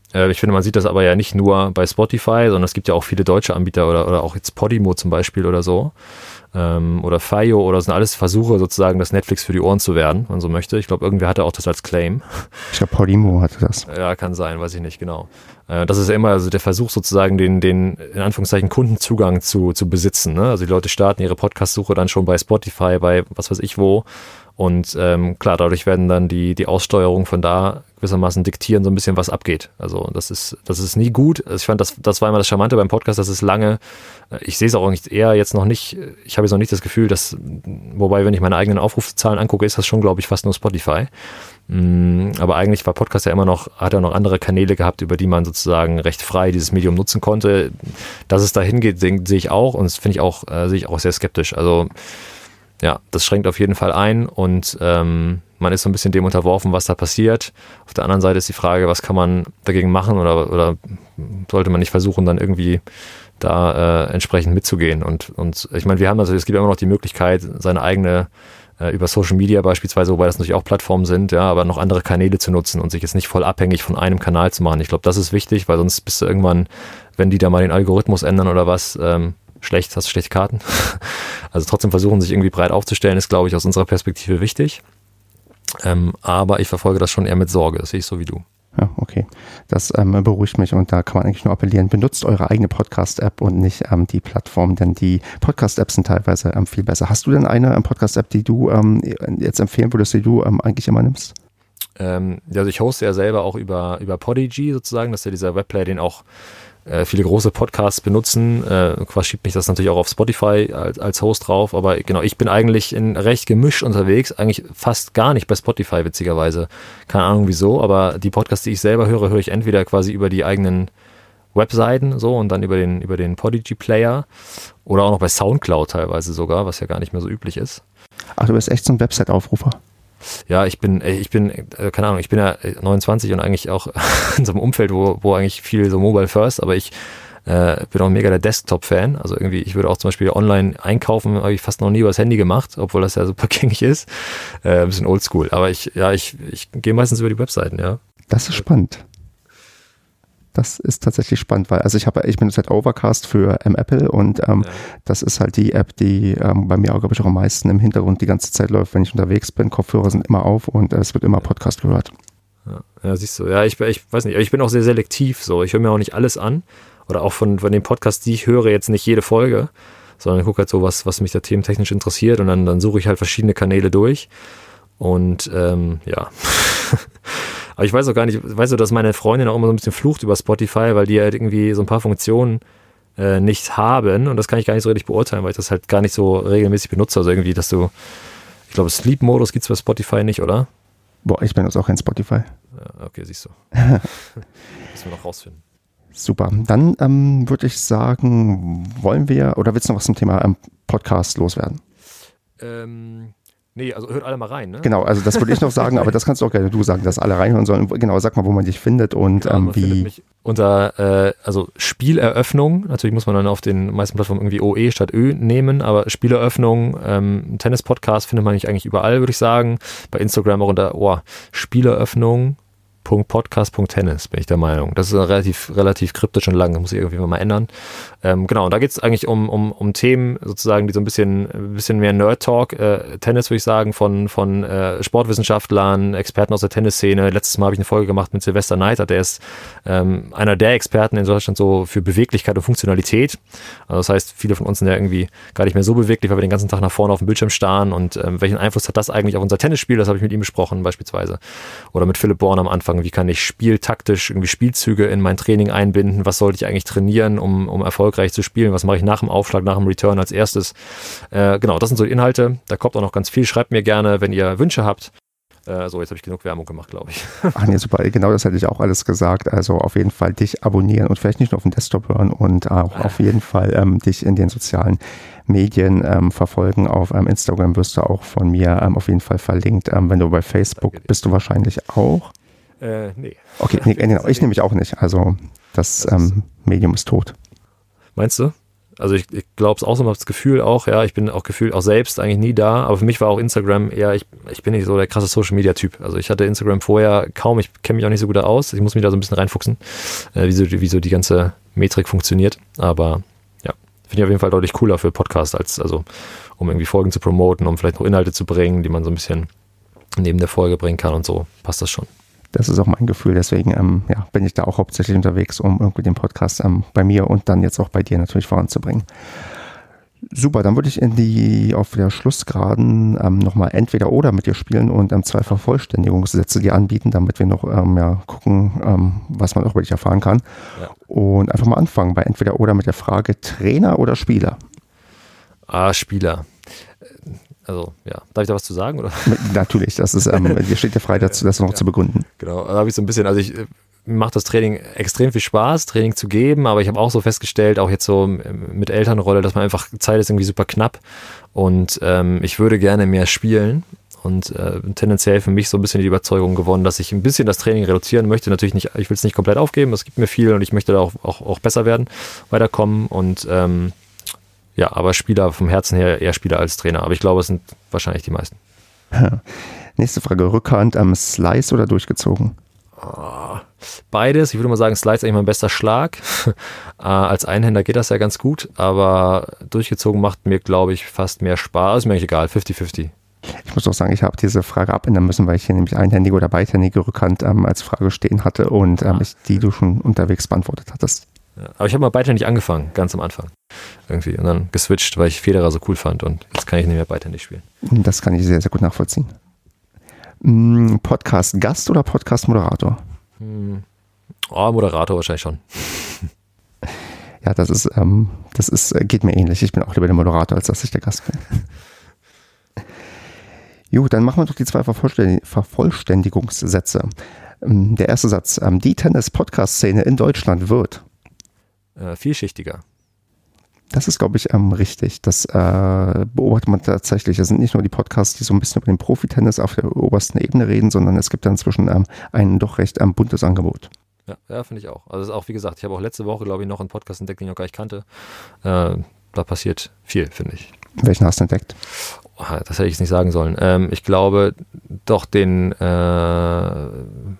Äh, ich finde, man sieht das aber ja nicht nur bei Spotify, sondern es gibt ja auch viele deutsche Anbieter oder, oder auch jetzt Podimo zum Beispiel oder so. Ähm, oder Fayo oder sind alles Versuche sozusagen, das Netflix für die Ohren zu werden, wenn man so möchte. Ich glaube, irgendwer hatte auch das als Claim. Ich glaube, Podimo hatte das. Ja, kann sein, weiß ich nicht, genau. Äh, das ist ja immer also der Versuch sozusagen, den, den in Anführungszeichen Kundenzugang zu, zu besitzen. Ne? Also die Leute starten ihre Podcast-Suche dann schon bei Spotify, bei was weiß ich wo. Und ähm, klar, dadurch werden dann die, die Aussteuerung von da gewissermaßen diktieren, so ein bisschen, was abgeht. Also das ist, das ist nie gut. Also ich fand, das, das war immer das Charmante beim Podcast, dass es lange, ich sehe es auch nicht, eher jetzt noch nicht, ich habe jetzt noch nicht das Gefühl, dass, wobei, wenn ich meine eigenen Aufrufzahlen angucke, ist das schon, glaube ich, fast nur Spotify. Aber eigentlich war Podcast ja immer noch, hat er noch andere Kanäle gehabt, über die man sozusagen recht frei dieses Medium nutzen konnte. Dass es dahin geht, sehe ich auch und das finde ich auch, äh, sehe ich auch sehr skeptisch. Also ja, das schränkt auf jeden Fall ein und ähm, man ist so ein bisschen dem unterworfen, was da passiert. Auf der anderen Seite ist die Frage, was kann man dagegen machen oder, oder sollte man nicht versuchen, dann irgendwie da äh, entsprechend mitzugehen. Und, und ich meine, wir haben natürlich, es gibt immer noch die Möglichkeit, seine eigene äh, über Social Media beispielsweise, wobei das natürlich auch Plattformen sind, ja, aber noch andere Kanäle zu nutzen und sich jetzt nicht voll abhängig von einem Kanal zu machen. Ich glaube, das ist wichtig, weil sonst bist du irgendwann, wenn die da mal den Algorithmus ändern oder was, ähm, schlecht, hast du schlechte Karten. Also trotzdem versuchen, sich irgendwie breit aufzustellen, ist, glaube ich, aus unserer Perspektive wichtig. Ähm, aber ich verfolge das schon eher mit Sorge, das sehe ich so wie du. Ja, okay. Das ähm, beruhigt mich und da kann man eigentlich nur appellieren, benutzt eure eigene Podcast-App und nicht ähm, die Plattform, denn die Podcast-Apps sind teilweise ähm, viel besser. Hast du denn eine ähm, Podcast-App, die du ähm, jetzt empfehlen würdest, die du ähm, eigentlich immer nimmst? Ähm, also ich hoste ja selber auch über, über Podigy sozusagen, das ist ja dieser Webplayer, den auch viele große Podcasts benutzen. Äh, quasi schiebt mich das natürlich auch auf Spotify als, als Host drauf, aber genau, ich bin eigentlich in recht gemischt unterwegs, eigentlich fast gar nicht bei Spotify, witzigerweise. Keine Ahnung wieso, aber die Podcasts, die ich selber höre, höre ich entweder quasi über die eigenen Webseiten so und dann über den, über den Podigy-Player oder auch noch bei Soundcloud teilweise sogar, was ja gar nicht mehr so üblich ist. Ach, du bist echt so ein Website-Aufrufer. Ja, ich bin, ich bin, keine Ahnung, ich bin ja neunundzwanzig und eigentlich auch in so einem Umfeld, wo, wo eigentlich viel so Mobile First, aber ich äh, bin auch mega der Desktop-Fan. Also irgendwie, ich würde auch zum Beispiel online einkaufen, habe ich fast noch nie über das Handy gemacht, obwohl das ja super gängig ist. Äh, ein bisschen oldschool. Aber ich, ja, ich, ich gehe meistens über die Webseiten, ja. Das ist spannend. Das ist tatsächlich spannend, weil also ich habe, ich benutze halt Overcast für ähm, Apple und ähm, ja. Das ist halt die App, die ähm, bei mir auch, glaube ich, auch am meisten im Hintergrund die ganze Zeit läuft, wenn ich unterwegs bin. Kopfhörer sind immer auf und äh, es wird immer Podcast gehört. Ja, ja, siehst du. Ja, ich, ich weiß nicht, ich bin auch sehr selektiv so. Ich höre mir auch nicht alles an oder auch von, von den Podcasts, die ich höre, jetzt nicht jede Folge, sondern ich gucke halt so, was, was mich da thementechnisch interessiert und dann, dann suche ich halt verschiedene Kanäle durch und ähm, ja. Aber ich weiß auch gar nicht, weißt du, dass meine Freundin auch immer so ein bisschen flucht über Spotify, weil die halt irgendwie so ein paar Funktionen äh, nicht haben und das kann ich gar nicht so richtig beurteilen, weil ich das halt gar nicht so regelmäßig benutze. Also irgendwie, dass du, ich glaube, Sleep-Modus gibt es bei Spotify nicht, oder? Boah, ich benutze auch kein Spotify. Ja, okay, siehst du. Müssen wir noch rausfinden. Super. Dann ähm, würde ich sagen, wollen wir, oder willst du noch was zum Thema ähm, Podcast loswerden? Ähm... Nee, also hört alle mal rein, ne? Genau, also das würde ich noch sagen, aber das kannst du auch gerne du sagen, dass alle reinhören sollen. Genau, sag mal, wo man dich findet und genau, ähm, man wie. Findet mich unter, äh, also Spieleröffnung, natürlich muss man dann auf den meisten Plattformen irgendwie O E statt Ö nehmen, aber Spieleröffnung, ähm, Tennis-Podcast findet man nicht eigentlich überall, würde ich sagen. Bei Instagram auch unter, oh, Spieleröffnung. Podcast Punkt Tennis, bin ich der Meinung. Das ist relativ, relativ kryptisch und lang, das muss ich irgendwie mal ändern. Ähm, genau, und da geht es eigentlich um, um, um Themen sozusagen, die so ein bisschen, ein bisschen mehr Nerd-Talk, äh, Tennis würde ich sagen, von, von äh, Sportwissenschaftlern, Experten aus der Tennisszene. Letztes Mal habe ich eine Folge gemacht mit Silvester Neiter, der ist ähm, einer der Experten in Deutschland so für Beweglichkeit und Funktionalität. Also das heißt, viele von uns sind ja irgendwie gar nicht mehr so beweglich, weil wir den ganzen Tag nach vorne auf dem Bildschirm starren und ähm, welchen Einfluss hat das eigentlich auf unser Tennisspiel? Das habe ich mit ihm besprochen beispielsweise. Oder mit Philipp Born am Anfang. Wie kann ich spieltaktisch irgendwie Spielzüge in mein Training einbinden? Was sollte ich eigentlich trainieren, um, um erfolgreich zu spielen? Was mache ich nach dem Aufschlag, nach dem Return als erstes? Äh, genau, das sind so die Inhalte. Da kommt auch noch ganz viel. Schreibt mir gerne, wenn ihr Wünsche habt. Äh, so, jetzt habe ich genug Werbung gemacht, glaube ich. Ach nee, super. Genau das hätte ich auch alles gesagt. Also auf jeden Fall dich abonnieren und vielleicht nicht nur auf dem Desktop hören und auch auf jeden Fall ähm, dich in den sozialen Medien ähm, verfolgen. Auf ähm, Instagram wirst du auch von mir ähm, auf jeden Fall verlinkt. Ähm, wenn du bei Facebook bist du wahrscheinlich auch. Äh, nee. Okay, nee, genau. Ich nämlich auch nicht. Also das, das ähm, Medium ist tot. Meinst du? Also ich, ich glaube es auch so, habe das Gefühl auch, ja, ich bin auch gefühlt auch selbst eigentlich nie da, aber für mich war auch Instagram eher, ich, ich bin nicht so der krasse Social-Media-Typ. Also ich hatte Instagram vorher kaum, ich kenne mich auch nicht so gut da aus, ich muss mich da so ein bisschen reinfuchsen, äh, wie, so, wie so die ganze Metrik funktioniert, aber ja, finde ich auf jeden Fall deutlich cooler für Podcast, als, also um irgendwie Folgen zu promoten, um vielleicht noch Inhalte zu bringen, die man so ein bisschen neben der Folge bringen kann und so, passt das schon. Das ist auch mein Gefühl, deswegen ähm, ja, bin ich da auch hauptsächlich unterwegs, um irgendwie den Podcast ähm, bei mir und dann jetzt auch bei dir natürlich voranzubringen. Super, dann würde ich in die auf der Schlussgeraden ähm, nochmal entweder oder mit dir spielen und ähm, zwei Vervollständigungssätze dir anbieten, damit wir noch ähm, ja, gucken, ähm, was man auch über dich erfahren kann. Ja. Und einfach mal anfangen bei entweder oder mit der Frage Trainer oder Spieler? Ah, Spieler. Also, ja, darf ich da was zu sagen? Oder? Natürlich, das ist, ähm, dir steht ja frei dazu, das noch ja, zu begründen. Genau, da habe ich so ein bisschen, also ich mir macht das Training extrem viel Spaß, Training zu geben, aber ich habe auch so festgestellt, auch jetzt so mit Elternrolle, dass man einfach, Zeit ist irgendwie super knapp und ähm, ich würde gerne mehr spielen und äh, tendenziell für mich so ein bisschen die Überzeugung gewonnen, dass ich ein bisschen das Training reduzieren möchte. Natürlich nicht, ich will es nicht komplett aufgeben, es gibt mir viel und ich möchte da auch, auch, auch besser werden, weiterkommen und ähm, ja, aber Spieler vom Herzen her eher Spieler als Trainer. Aber ich glaube, es sind wahrscheinlich die meisten. Ja. Nächste Frage, Rückhand am Slice oder durchgezogen? Oh, beides. Ich würde mal sagen, Slice ist eigentlich mein bester Schlag. äh, als Einhänder geht das ja ganz gut, aber durchgezogen macht mir, glaube ich, fast mehr Spaß. Ist mir eigentlich egal, fünfzig fünfzig. Ich muss auch sagen, ich habe diese Frage abändern müssen, weil ich hier nämlich einhändige oder beidhändige Rückhand ähm, als Frage stehen hatte und ähm, ich, die du schon unterwegs beantwortet hattest. Ja, aber ich habe mal beidhändig angefangen, ganz am Anfang. Irgendwie. Und dann geswitcht, weil ich Federer so cool fand. Und jetzt kann ich nicht mehr beidhändig spielen. Das kann ich sehr, sehr gut nachvollziehen. Podcast-Gast oder Podcast-Moderator? Hm. Oh, Moderator wahrscheinlich schon. Ja, das ist, ähm, das ist, geht mir ähnlich. Ich bin auch lieber der Moderator, als dass ich der Gast bin. Gut, dann machen wir doch die zwei Vervollständig- Vervollständigungssätze. Der erste Satz. Die Tennis-Podcast-Szene in Deutschland wird Äh, vielschichtiger. Das ist, glaube ich, ähm, richtig. Das äh, beobachtet man tatsächlich. Es sind nicht nur die Podcasts, die so ein bisschen über den Profitennis auf der obersten Ebene reden, sondern es gibt dann inzwischen ähm, ein doch recht ähm, buntes Angebot. Ja, ja, finde ich auch. Also es ist auch, wie gesagt, ich habe auch letzte Woche, glaube ich, noch einen Podcast entdeckt, den ich noch gar nicht kannte. Äh, da passiert viel, finde ich. Welchen hast du entdeckt? Oh, das hätte ich jetzt nicht sagen sollen. Ähm, ich glaube, doch den äh,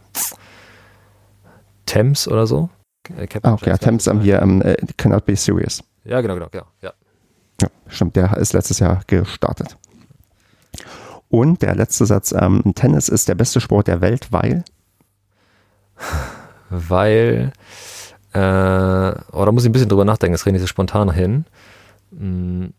Thames oder so. Ah, okay, ja, Thames haben hier um, uh, Cannot Be Serious. Ja, genau, genau, genau. Ja. Ja, stimmt, der ist letztes Jahr gestartet. Und der letzte Satz, ähm, Tennis ist der beste Sport der Welt, weil? Weil, äh, oh, da muss ich ein bisschen drüber nachdenken, das rede ich so spontan hin. Hm.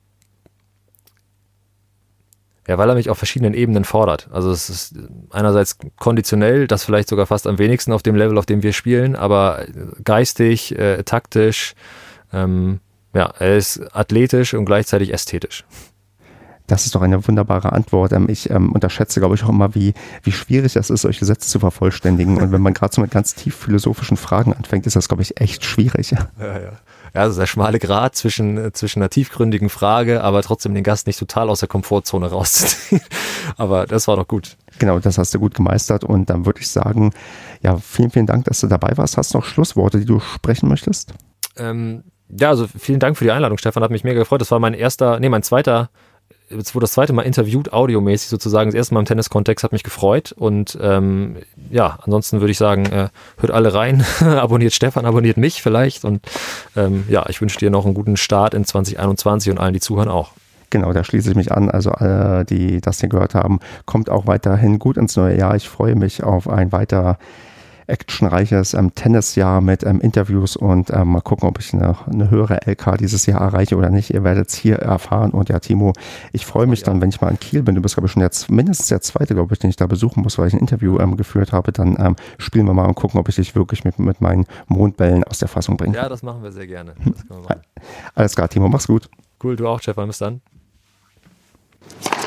Ja, weil er mich auf verschiedenen Ebenen fordert. Also es ist einerseits konditionell, das vielleicht sogar fast am wenigsten auf dem Level, auf dem wir spielen, aber geistig, äh, taktisch, ähm, ja, er ist athletisch und gleichzeitig ästhetisch. Das ist doch eine wunderbare Antwort. Ich ähm, unterschätze, glaube ich, auch immer, wie, wie schwierig es ist, solche Sätze zu vervollständigen. Und wenn man gerade so mit ganz tief philosophischen Fragen anfängt, ist das, glaube ich, echt schwierig. Ja, ja. Ja, also der schmale Grat zwischen, zwischen einer tiefgründigen Frage, aber trotzdem den Gast nicht total aus der Komfortzone rauszuziehen. Aber das war doch gut. Genau, das hast du gut gemeistert. Und dann würde ich sagen, ja, vielen, vielen Dank, dass du dabei warst. Hast du noch Schlussworte, die du sprechen möchtest? Ähm, ja, also vielen Dank für die Einladung, Stefan. Hat mich mega gefreut. Das war mein erster, nee, mein zweiter Jetzt wurde das zweite Mal interviewt, audiomäßig sozusagen, das erste Mal im Tennis-Kontext, hat mich gefreut und ähm, ja, ansonsten würde ich sagen, äh, hört alle rein, abonniert Stefan, abonniert mich vielleicht und ähm, ja, ich wünsche dir noch einen guten Start in zwanzig einundzwanzig und allen, die zuhören, auch. Genau, da schließe ich mich an, also alle, die das hier gehört haben, kommt auch weiterhin gut ins neue Jahr. Ich freue mich auf ein weiter actionreiches ähm, Tennisjahr mit ähm, Interviews und ähm, mal gucken, ob ich eine, eine höhere L K dieses Jahr erreiche oder nicht. Ihr werdet es hier erfahren. Und ja, Timo, ich freue mich dann, wenn ich mal in Kiel bin. Du bist, glaube ich, schon der, mindestens der zweite, glaube ich, den ich da besuchen muss, weil ich ein Interview ähm, geführt habe. Dann ähm, spielen wir mal und gucken, ob ich dich wirklich mit, mit meinen Mondbällen aus der Fassung bringe. Ja, das machen wir sehr gerne. Das können wir machen. Alles klar, Timo, mach's gut. Cool, du auch, Stefan. Bis dann.